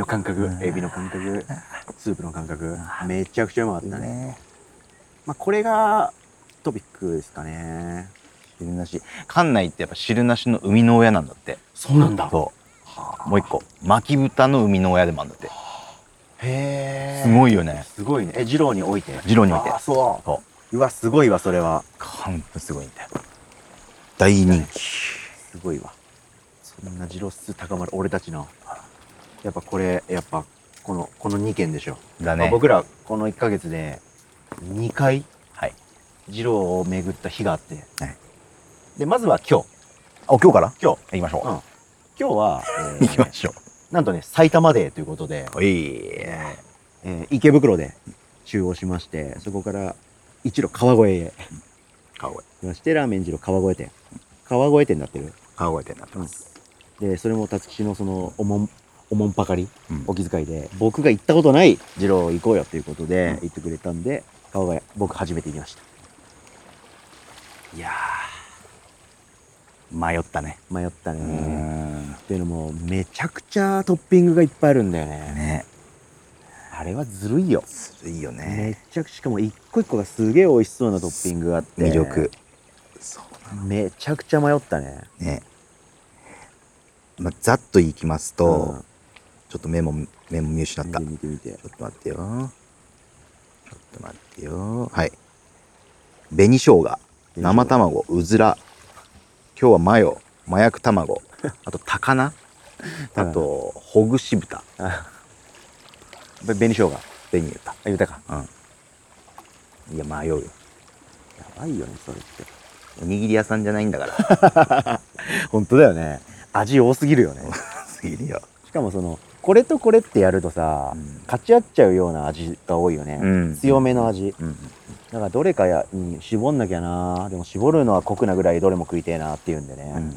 プの感覚、めちゃくちゃうまかったね。まあこれがトピックですかね。 汁なし。館内ってやっぱ汁なしの生みの親なんだって。 そうなんだ。 そう。もう一個、巻き豚の生みの親でもあるんだって。 へえ。 すごいよね。 すごいね。二郎に置いて。あ、 そう。 うわ、すごいわ、それは。 すごいんだよ。大人気。 すごいわ。そんな二郎数高まる俺たちの。やっぱこの2件でしょ。 だね。 僕らこの1ヶ月で2回、二郎を巡った日があって。で、まずは今日。 今日から今日。 行きましょう。 今日は、 行きましょう。 なんとね、埼玉デーということで、池袋で集合しまして、そこから一路川越へ。そしてラーメン二郎川越店。川越店になってる。 川越店になってます。 で、それも辰吉のそのおもんぱかり、お気遣いで、僕が行ったことない二郎行こうよということで言ってくれたんで、川越、僕初めて行きました。 いやー、迷ったね。 っていうのも、めちゃくちゃトッピングがいっぱいあるんだよね。あれはずるいよ。 ずるいよね。 めちゃくちゃ、しかも一個一個がすげえ美味しそうなトッピングがあって。 魅力。 めちゃくちゃ迷ったね。 ざっといきますと、ちょっとメモ見失った。 見て。 ちょっと待ってよ。はい。紅生姜、生卵、うずら。今日はマヨ、麻薬卵。あと高菜。あとほぐし豚。 紅生姜。 紅言った。 言ったか。 いや迷うよ。 やばいよね、それって。 おにぎり屋さんじゃないんだから。 本当だよね。味多すぎるよね。 すぎるよ。 しかもこれとこれってやるとさ、勝ち合っちゃうような味が多いよね。強めの味。だからどれかに絞んなきゃな。でも絞るのは酷なぐらいどれも食いてえなっていうんでね。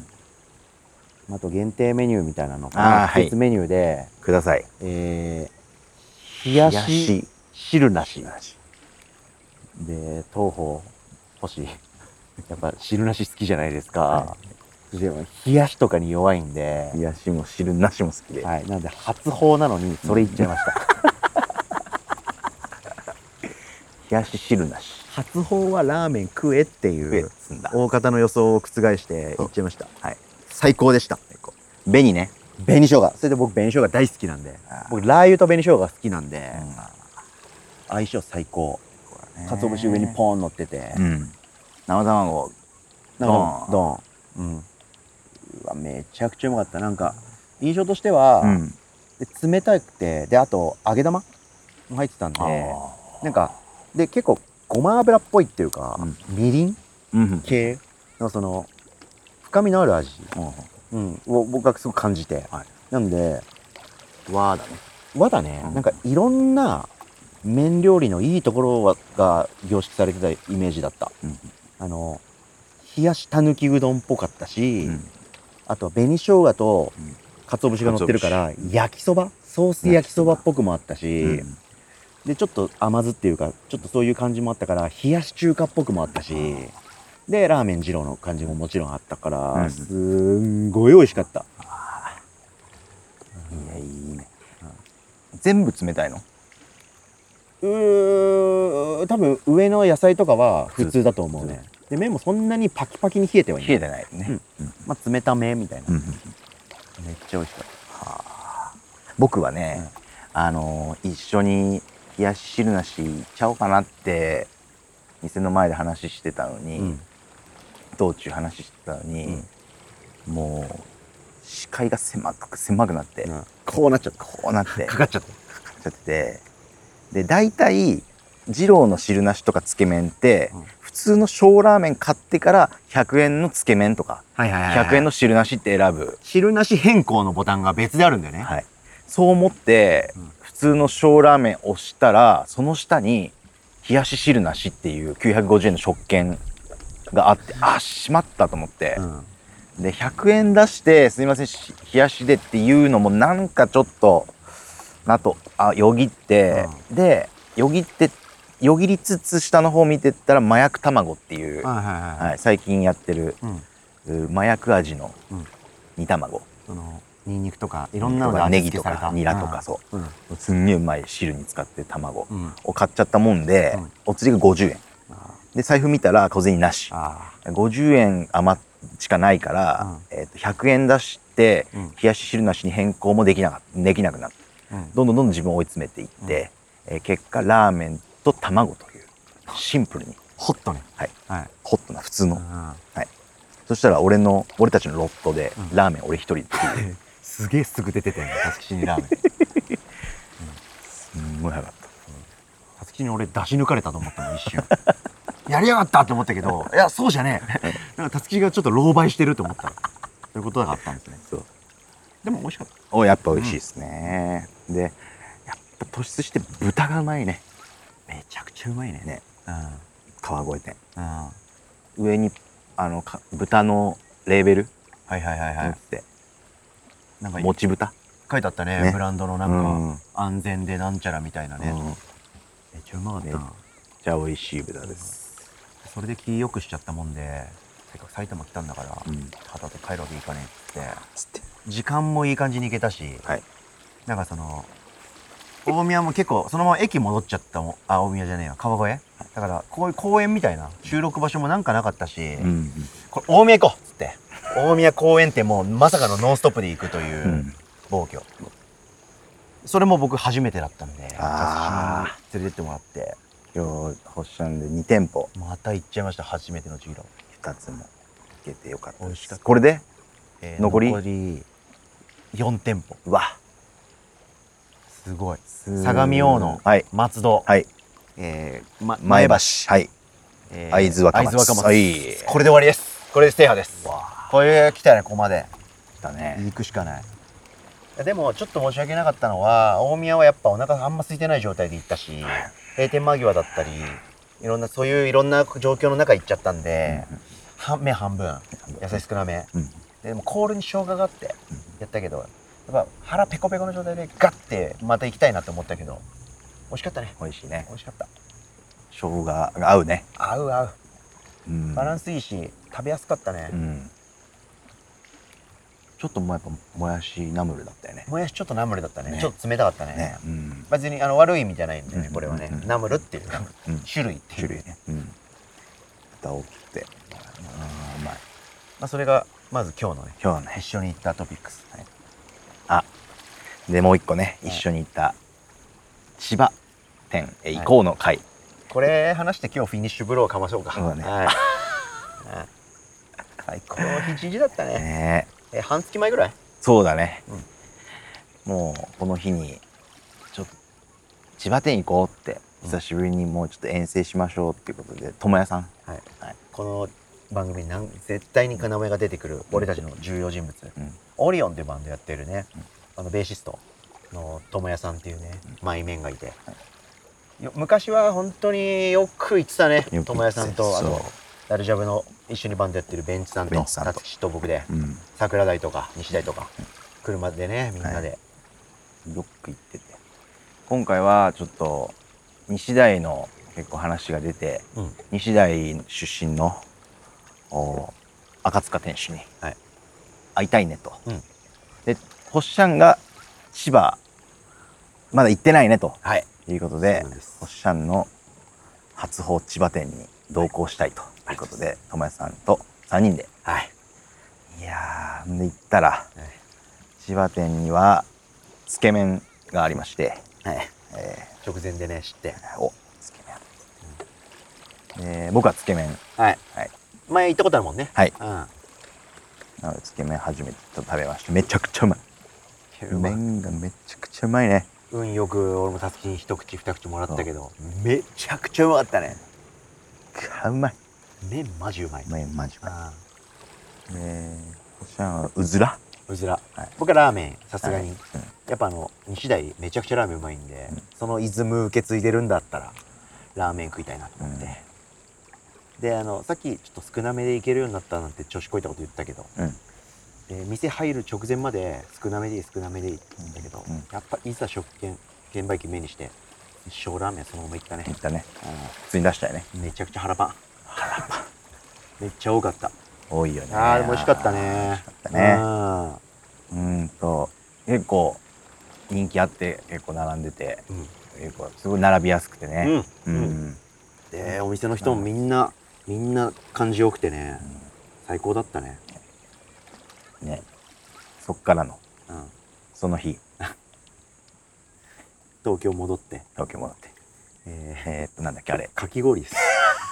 あと限定メニューみたいなのかな。季節メニューで。 ください。 冷やし汁なしで、東方星やっぱ汁なし好きじゃないですか、はい、でも冷やしとかに弱いんで、 冷やしも汁なしも好きで、 はい、なんで初泡なのにそれいっちゃいました、 冷やし汁なし。 初泡はラーメン食えっていう大方の予想を覆していっちゃいました。はい、最高でした。 紅ね、 紅生姜。それで僕紅生姜大好きなんで、僕ラー油と紅生姜好きなんで、相性最高。鰹節上にポーン乗ってて、 生卵ドン。うわ、めちゃくちゃうまかった。なんか印象としては、冷たくて、であと揚げ玉も入ってたんで、なんかで結構ごま油っぽいっていうか、みりん系のその深みのある味を僕はすごく感じて、なんで和だね、なんかいろんな麺料理のいいところが凝縮されてたイメージだった。冷やしたぬきうどんっぽかったし、あと紅生姜と鰹節が乗ってるから焼きそば、ソース焼きそばっぽくもあったし、でちょっと甘酢っていうかちょっとそういう感じもあったから冷やし中華っぽくもあったし、でラーメン二郎の感じももちろんあったから、すんごい美味しかった。 いや、いいね。全部冷たいの？ 多分上の野菜とかは普通だと思うね。で麺もそんなにパキパキに冷えてはいない。 冷えてないね。 まあ冷ためみたいな。めっちゃ美味しかった。 僕はね、一緒に冷やし汁なしいっちゃおうかなって店の前で話してたのに、道中話してたのに、もう視界が狭くなって、 こうなっちゃった。 こうなってかかっちゃってて、で大体二郎の汁なしとかつけ麺って、普通の小ラーメン買ってから100円のつけ麺とか100円の汁なしって選ぶ。 汁なし変更のボタンが別であるんだよね。 はい、そう思って、普通の小ラーメン押したらその下に冷やし汁なしっていう950円の食券があって、あ、しまったと思って、で100円出してすいません冷やしでっていうのもなんかちょっとよぎって、でよぎりつつ下の方見てったら麻薬卵っていう最近やってる麻薬味の煮卵、 ニンニクとかいろんなのがネギとかニラとか、そうすんげえうまい汁に使ってる卵を買っちゃったもんで、お釣りが50円で財布見たら小銭なし、50円しかないから、100円出して冷やし汁なしに変更もできなくなって、どんどん自分を追い詰めていって、結果ラーメンと卵というシンプルにホットね、 ホットな普通の、そしたら俺たちのロットでラーメン俺一人っていうすげえすぐ出てたよね、たつきちにラーメン。 すんごい早かった。 たつきちに俺出し抜かれたと思ったもん、一瞬。やりやがったって思ったけど、いやそうじゃねえ。なんかたつきがちょっと狼狽してると思ったということがあったんですね。でも美味しかった。 やっぱ美味しいですね。でやっぱ突出して豚がうまいね。 めちゃくちゃうまいね。 川越店。上に豚のレーベルってなんかもち豚書いてあったね。ブランドのなんか安全でなんちゃらみたいなね。めっちゃうまかった。めっちゃ美味しい豚です。 それで気よくしちゃったもんで、せっかく埼玉来たんだから旗と帰るわけいかねえっつって時間もいい感じに行けたし、なんかその大宮も結構そのまま駅戻っちゃったもん。大宮じゃねえよ、川越だから、こういう公園みたいな収録場所もなんかなかったし、これ大宮行こうっつって大宮公園ってもうまさかのノンストップで行くという暴挙、それも僕初めてだったんで、連れてってもらって今日星なんで2店舗また行っちゃいました。初めてのジロ 2つも行けてよかったです。 これで残り4店舗。 うわすごい。相模大野、松戸、前橋、会津若松、これで終わりです。これで制覇です。これ来たね。ここまでだね。 行くしかない。でもちょっと申し訳なかったのは、大宮はやっぱお腹あんま空いてない状態で行ったし、閉店間際だったりいろんな状況の中行っちゃったんで、麺半分野菜少なめでもコールに生姜があってやったけど、やっぱ腹ペコペコの状態でガッてまた行きたいなって思ったけど美味しかったね。 美味しいね。 美味しかった。 生姜が合うね。 合う合う。バランススいいし食べやすかったね。 ちょっともうやっぱもやしナムルだったよね。 もやしちょっとナムルだったね。ちょっと冷たかったね。別に悪い意味じゃないんでね、これはね。ナムルっていう種類っていうね。 蓋大きくてうまい。 まあそれがまず今日のね、 今日のね一緒に行ったトピックス。 あ、でもう一個ね、一緒に行った千葉店へ行こうの会。 これ話して今日フィニッシュブローかましょうか。 そうだね。 最高の日時だったね。半月前ぐらい？ そうだね。もうこの日にちょっと千葉店行こうって久しぶりにもうちょっと遠征しましょうっていうことで友也さん。 この番組に絶対に名前が出てくる俺たちの重要人物、オリオンっていうバンドやってるね、ベーシストの友也さんっていうね、マイメンがいて、昔は本当によく行ってたね。友也さんとダルジャブの一緒にバンドやってるベンチさんとタツキと僕で、桜台とか西台とか車でね、みんなでよく行ってて、今回はちょっと西台の結構話が出て、西台出身の赤塚店主に会いたいねと。でほっしゃんが千葉まだ行ってないねということで、ほっしゃんの初訪千葉店に同行したいということで、友也さんと3人で、いやーで行ったら、千葉店にはつけ麺がありまして、 直前でね知って、 つけ麺、僕はつけ麺、 前行ったことあるもんね。 なのでつけ麺初めてちょっと食べました。めちゃくちゃうまい。麺がめちゃくちゃうまいね。 運よく俺もたつきに一口二口もらったけど、めちゃくちゃうまかったね。 うまい。 麺マジうまい。 麺マジうまい。ほっしゃんはうずら。僕はラーメンさすがに、やっぱ西台めちゃくちゃラーメンうまいんで、そのイズム受け継いでるんだったらラーメン食いたいなと思って、でさっきちょっと少なめでいけるようになったなんて調子こいたこと言ったけど、店入る直前まで少なめでいいって言うんだけど、やっぱいざ食券券売機目にして一生ラーメンそのままいったね。 普通に出したよね。 めちゃくちゃ腹パンめっちゃ多かった。 多いよね。 でも美味しかったね。 結構人気あって結構並んでて、すごい並びやすくてね。 でお店の人もみんな感じよくてね、最高だったね。 そっからのその日東京戻ってなんだっけあれ、 かき氷です。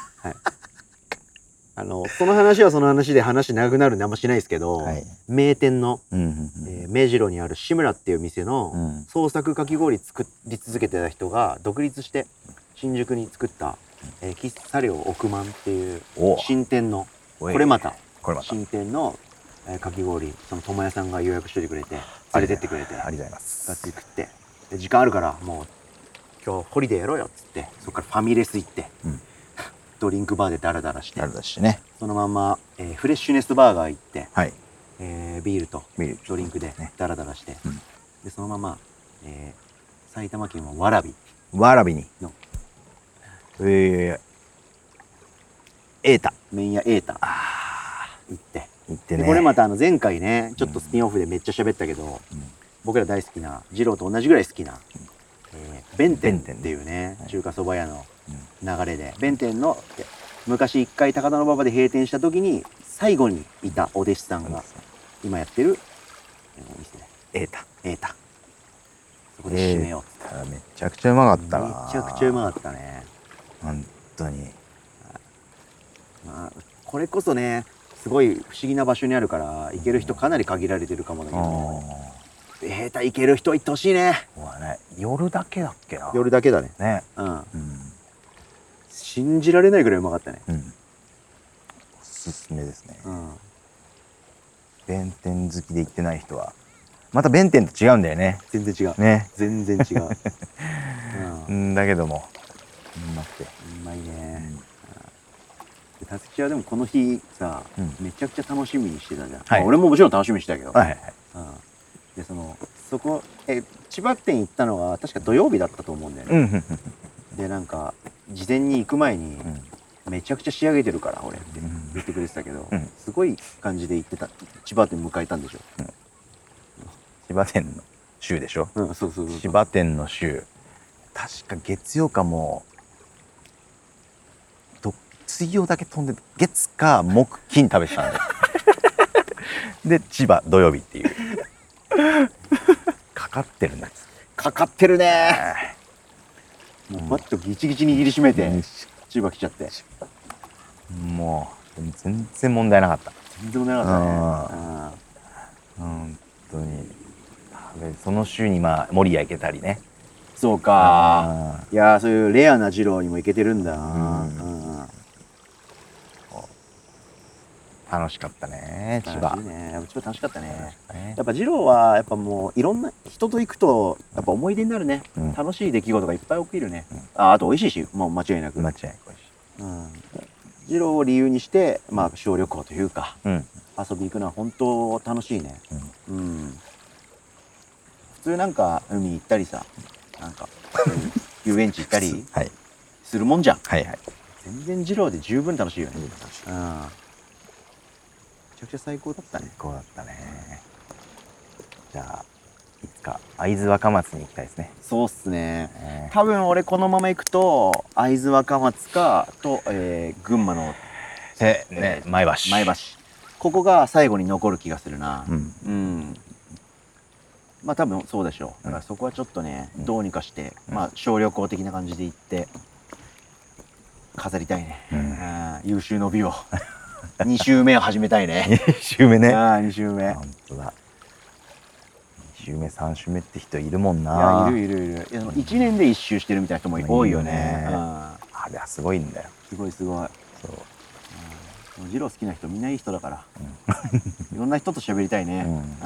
その話はその話で話長くなるんであんましないですけど、名店の目白にある志村っていう店の創作かき氷作り続けてた人が独立して新宿に作った喫茶寮億万っていう新店の、これまた新店のかき氷、その友也さんが予約しといてくれて連れてってくれて、 ありがとうございます。 食って時間あるからもう今日ホリデーやろうよっつって、そこからファミレス行って、ドリンクバーでダラダラして、そのままフレッシュネスバーガー行って、ビールとドリンクでダラダラして、でそのまま埼玉県は蕨にのエータ麺屋エータ行ってね。これまた前回ねちょっとスピンオフでめっちゃ喋ったけど、僕ら大好きな二郎と同じぐらい好きな弁天っていうね中華そば屋の流れで、弁天の昔一回高田馬場で閉店した時に最後にいたお弟子さんが今やってるお店でエータそこで締めようって。 めちゃくちゃうまかったな。 めちゃくちゃうまかったね、 本当に。 これこそねすごい不思議な場所にあるから行ける人かなり限られてるかもだけど、エータ行ける人行ってほしいね。 夜だけだっけな。 夜だけだね。信じられないぐらいうまかったね。 おすすめですね。弁天好きで行ってない人はまた弁天と違うんだよね。 全然違うね。 全然違うだけどもうまくてうまいね。たつきはでもこの日さめちゃくちゃ楽しみにしてたじゃん。俺ももちろん楽しみにしてたけど、 でそこ千葉店行ったのが確か土曜日だったと思うんだよね。でなんか事前に行く前に、めちゃくちゃ仕上げてるから俺って言ってくれてたけど、すごい感じで行ってた。千葉店迎えたんでしょ。 千葉店の週でしょ。 そう千葉店の週、確か月曜かも水曜だけ飛んで月か木金食べてたんでで千葉土曜日っていうかかってるんです。 かかってるね。もうバッとギチギチに握りしめて、千葉来ちゃって、 もう全然問題なかった。 全然問題なかったね。 本当にその週に守谷行けたりね。 そうか。いやそういうレアな二郎にも行けてるんだな。 楽しかったね、千葉。 千葉楽しかったね。やっぱ二郎はやっぱもういろんな人と行くとやっぱ思い出になるね。楽しい出来事がいっぱい起きるね。あと美味しいし、もう間違いなく。 間違いなく美味しい。二郎を理由にして小旅行というか遊び行くのは本当楽しいね。普通なんか海行ったりさ、なんか遊園地行ったりするもんじゃん。全然二郎で十分楽しいよね。めちゃくちゃ最高だったね。 最高だったね。じゃあいつか会津若松に行きたいですね。 そうっすね。多分俺このまま行くと会津若松かと、群馬の前橋。 ここが最後に残る気がするな。多分そうでしょう。だからそこはちょっとね、どうにかして小旅行的な感じで行って飾りたいね。優秀の美を2週目を始めたいね。 2週目ね。 2週目。 本当だ。2週目3週目って人いるもんな。 いる。1年で1周してるみたいな人も多いよね。 あれはすごいんだよ。 すごい。そう。二郎好きな人みんないい人だから、いろんな人と喋りたいね。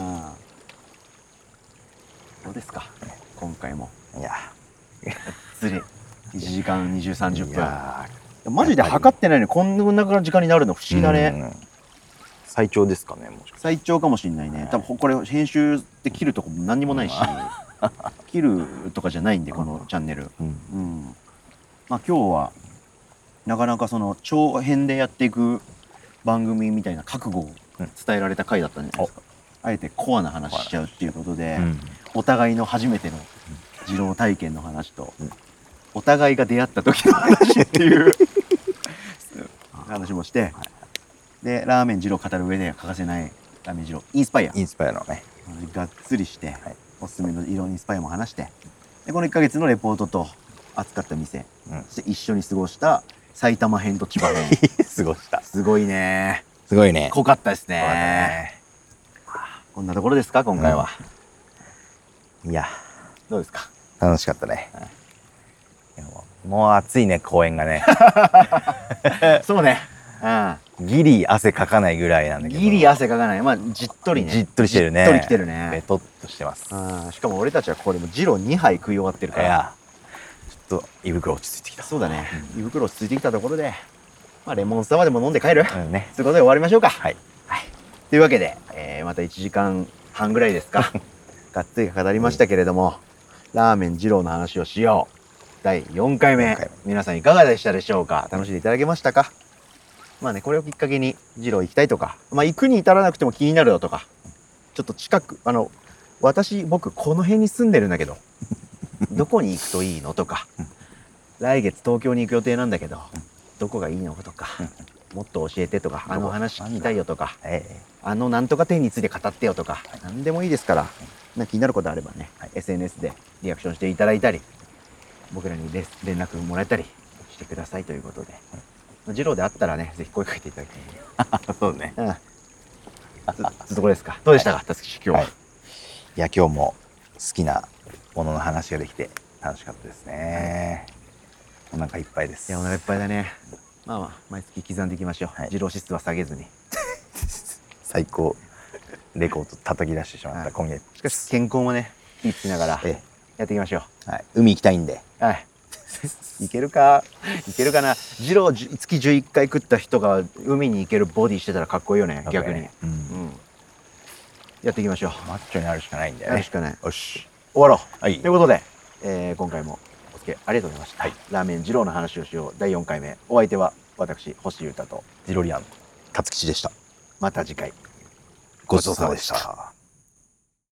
どうですか今回も。 いや釣り1時間20、30分。マジで測ってないのにこんな時間になるの不思議だね。 最長ですかね。もしかして最長かもしれないね。多分これ編集で切るとこも何にもないし、切るとかじゃないんでこのチャンネル。今日はなかなか長編でやっていく番組みたいな覚悟を伝えられた回だったんじゃないですか。あえてコアな話しちゃうっていうことで、お互いの初めての二郎体験の話と、お互いが出会った時の話っていう話もして、でラーメン二郎語る上で欠かせないラーメン二郎インスパイアのねがっつりして、おすすめの色インスパイアも話して、でこの1ヶ月のレポートと扱った店、そして一緒に過ごした埼玉編と千葉編過ごした。 すごいね。濃かったですね。こんなところですか今回は。 いやどうですか。 楽しかったね。もう暑いね公園がね。 そうね。 ギリ汗かかないぐらいなんだけど。 ギリ汗かかない。じっとりね。 じっとりしてるね。 じっとりきてるね。 ベトっとしてます。 しかも俺たちはこれも二郎2杯食い終わってるから。 ちょっと胃袋落ち着いてきた。 そうだね。胃袋落ち着いてきたところで、レモンサワーでも飲んで帰る。 そういうことで終わりましょうか。 はい。 というわけで、また1時間半ぐらいですか。がっつり語りましたけれども、ラーメン二郎の話をしよう。第4回目。皆さんいかがでしたでしょうか。楽しんでいただけましたか。これをきっかけに二郎行きたいとか、行くに至らなくても気になるよとか、ちょっと近く、僕この辺に住んでるんだけど、どこに行くといいのとか、来月東京に行く予定なんだけど、どこがいいのとか、もっと教えてとか、あの話聞きたいよとか、なんとか店について語ってよとか、何でもいいですから、気になることあればね、SNS でリアクションしていただいたり、僕らに連絡もらえたりしてくださいということで、二郎であったらね、ぜひ声かけていただきたい。 そうね。 つところですか。どうでしたか、たつき今日は。 いや、今日も好きなものの話ができて楽しかったですね。お腹いっぱいです。 いや、お腹いっぱいだね。毎月刻んでいきましょう。二郎指数は下げずに。 最高レコード叩き出してしまった今月。 しかし健康もね、気ぃつけながらやっていきましょう。 海行きたいんで。 いけるかな。二郎月11回食った人が海に行けるボディしてたらかっこいいよね、逆に。 やっていきましょう。 マッチョになるしかないんだよね。 やるしかない。 よし。 終わろう。 はい。 ということで、今回もお付き合いありがとうございました。はい、ラーメン二郎の話をしよう第4回目。お相手は私、星優太とジロリアン、勝吉でした。 また次回。 ごちそうさまでした。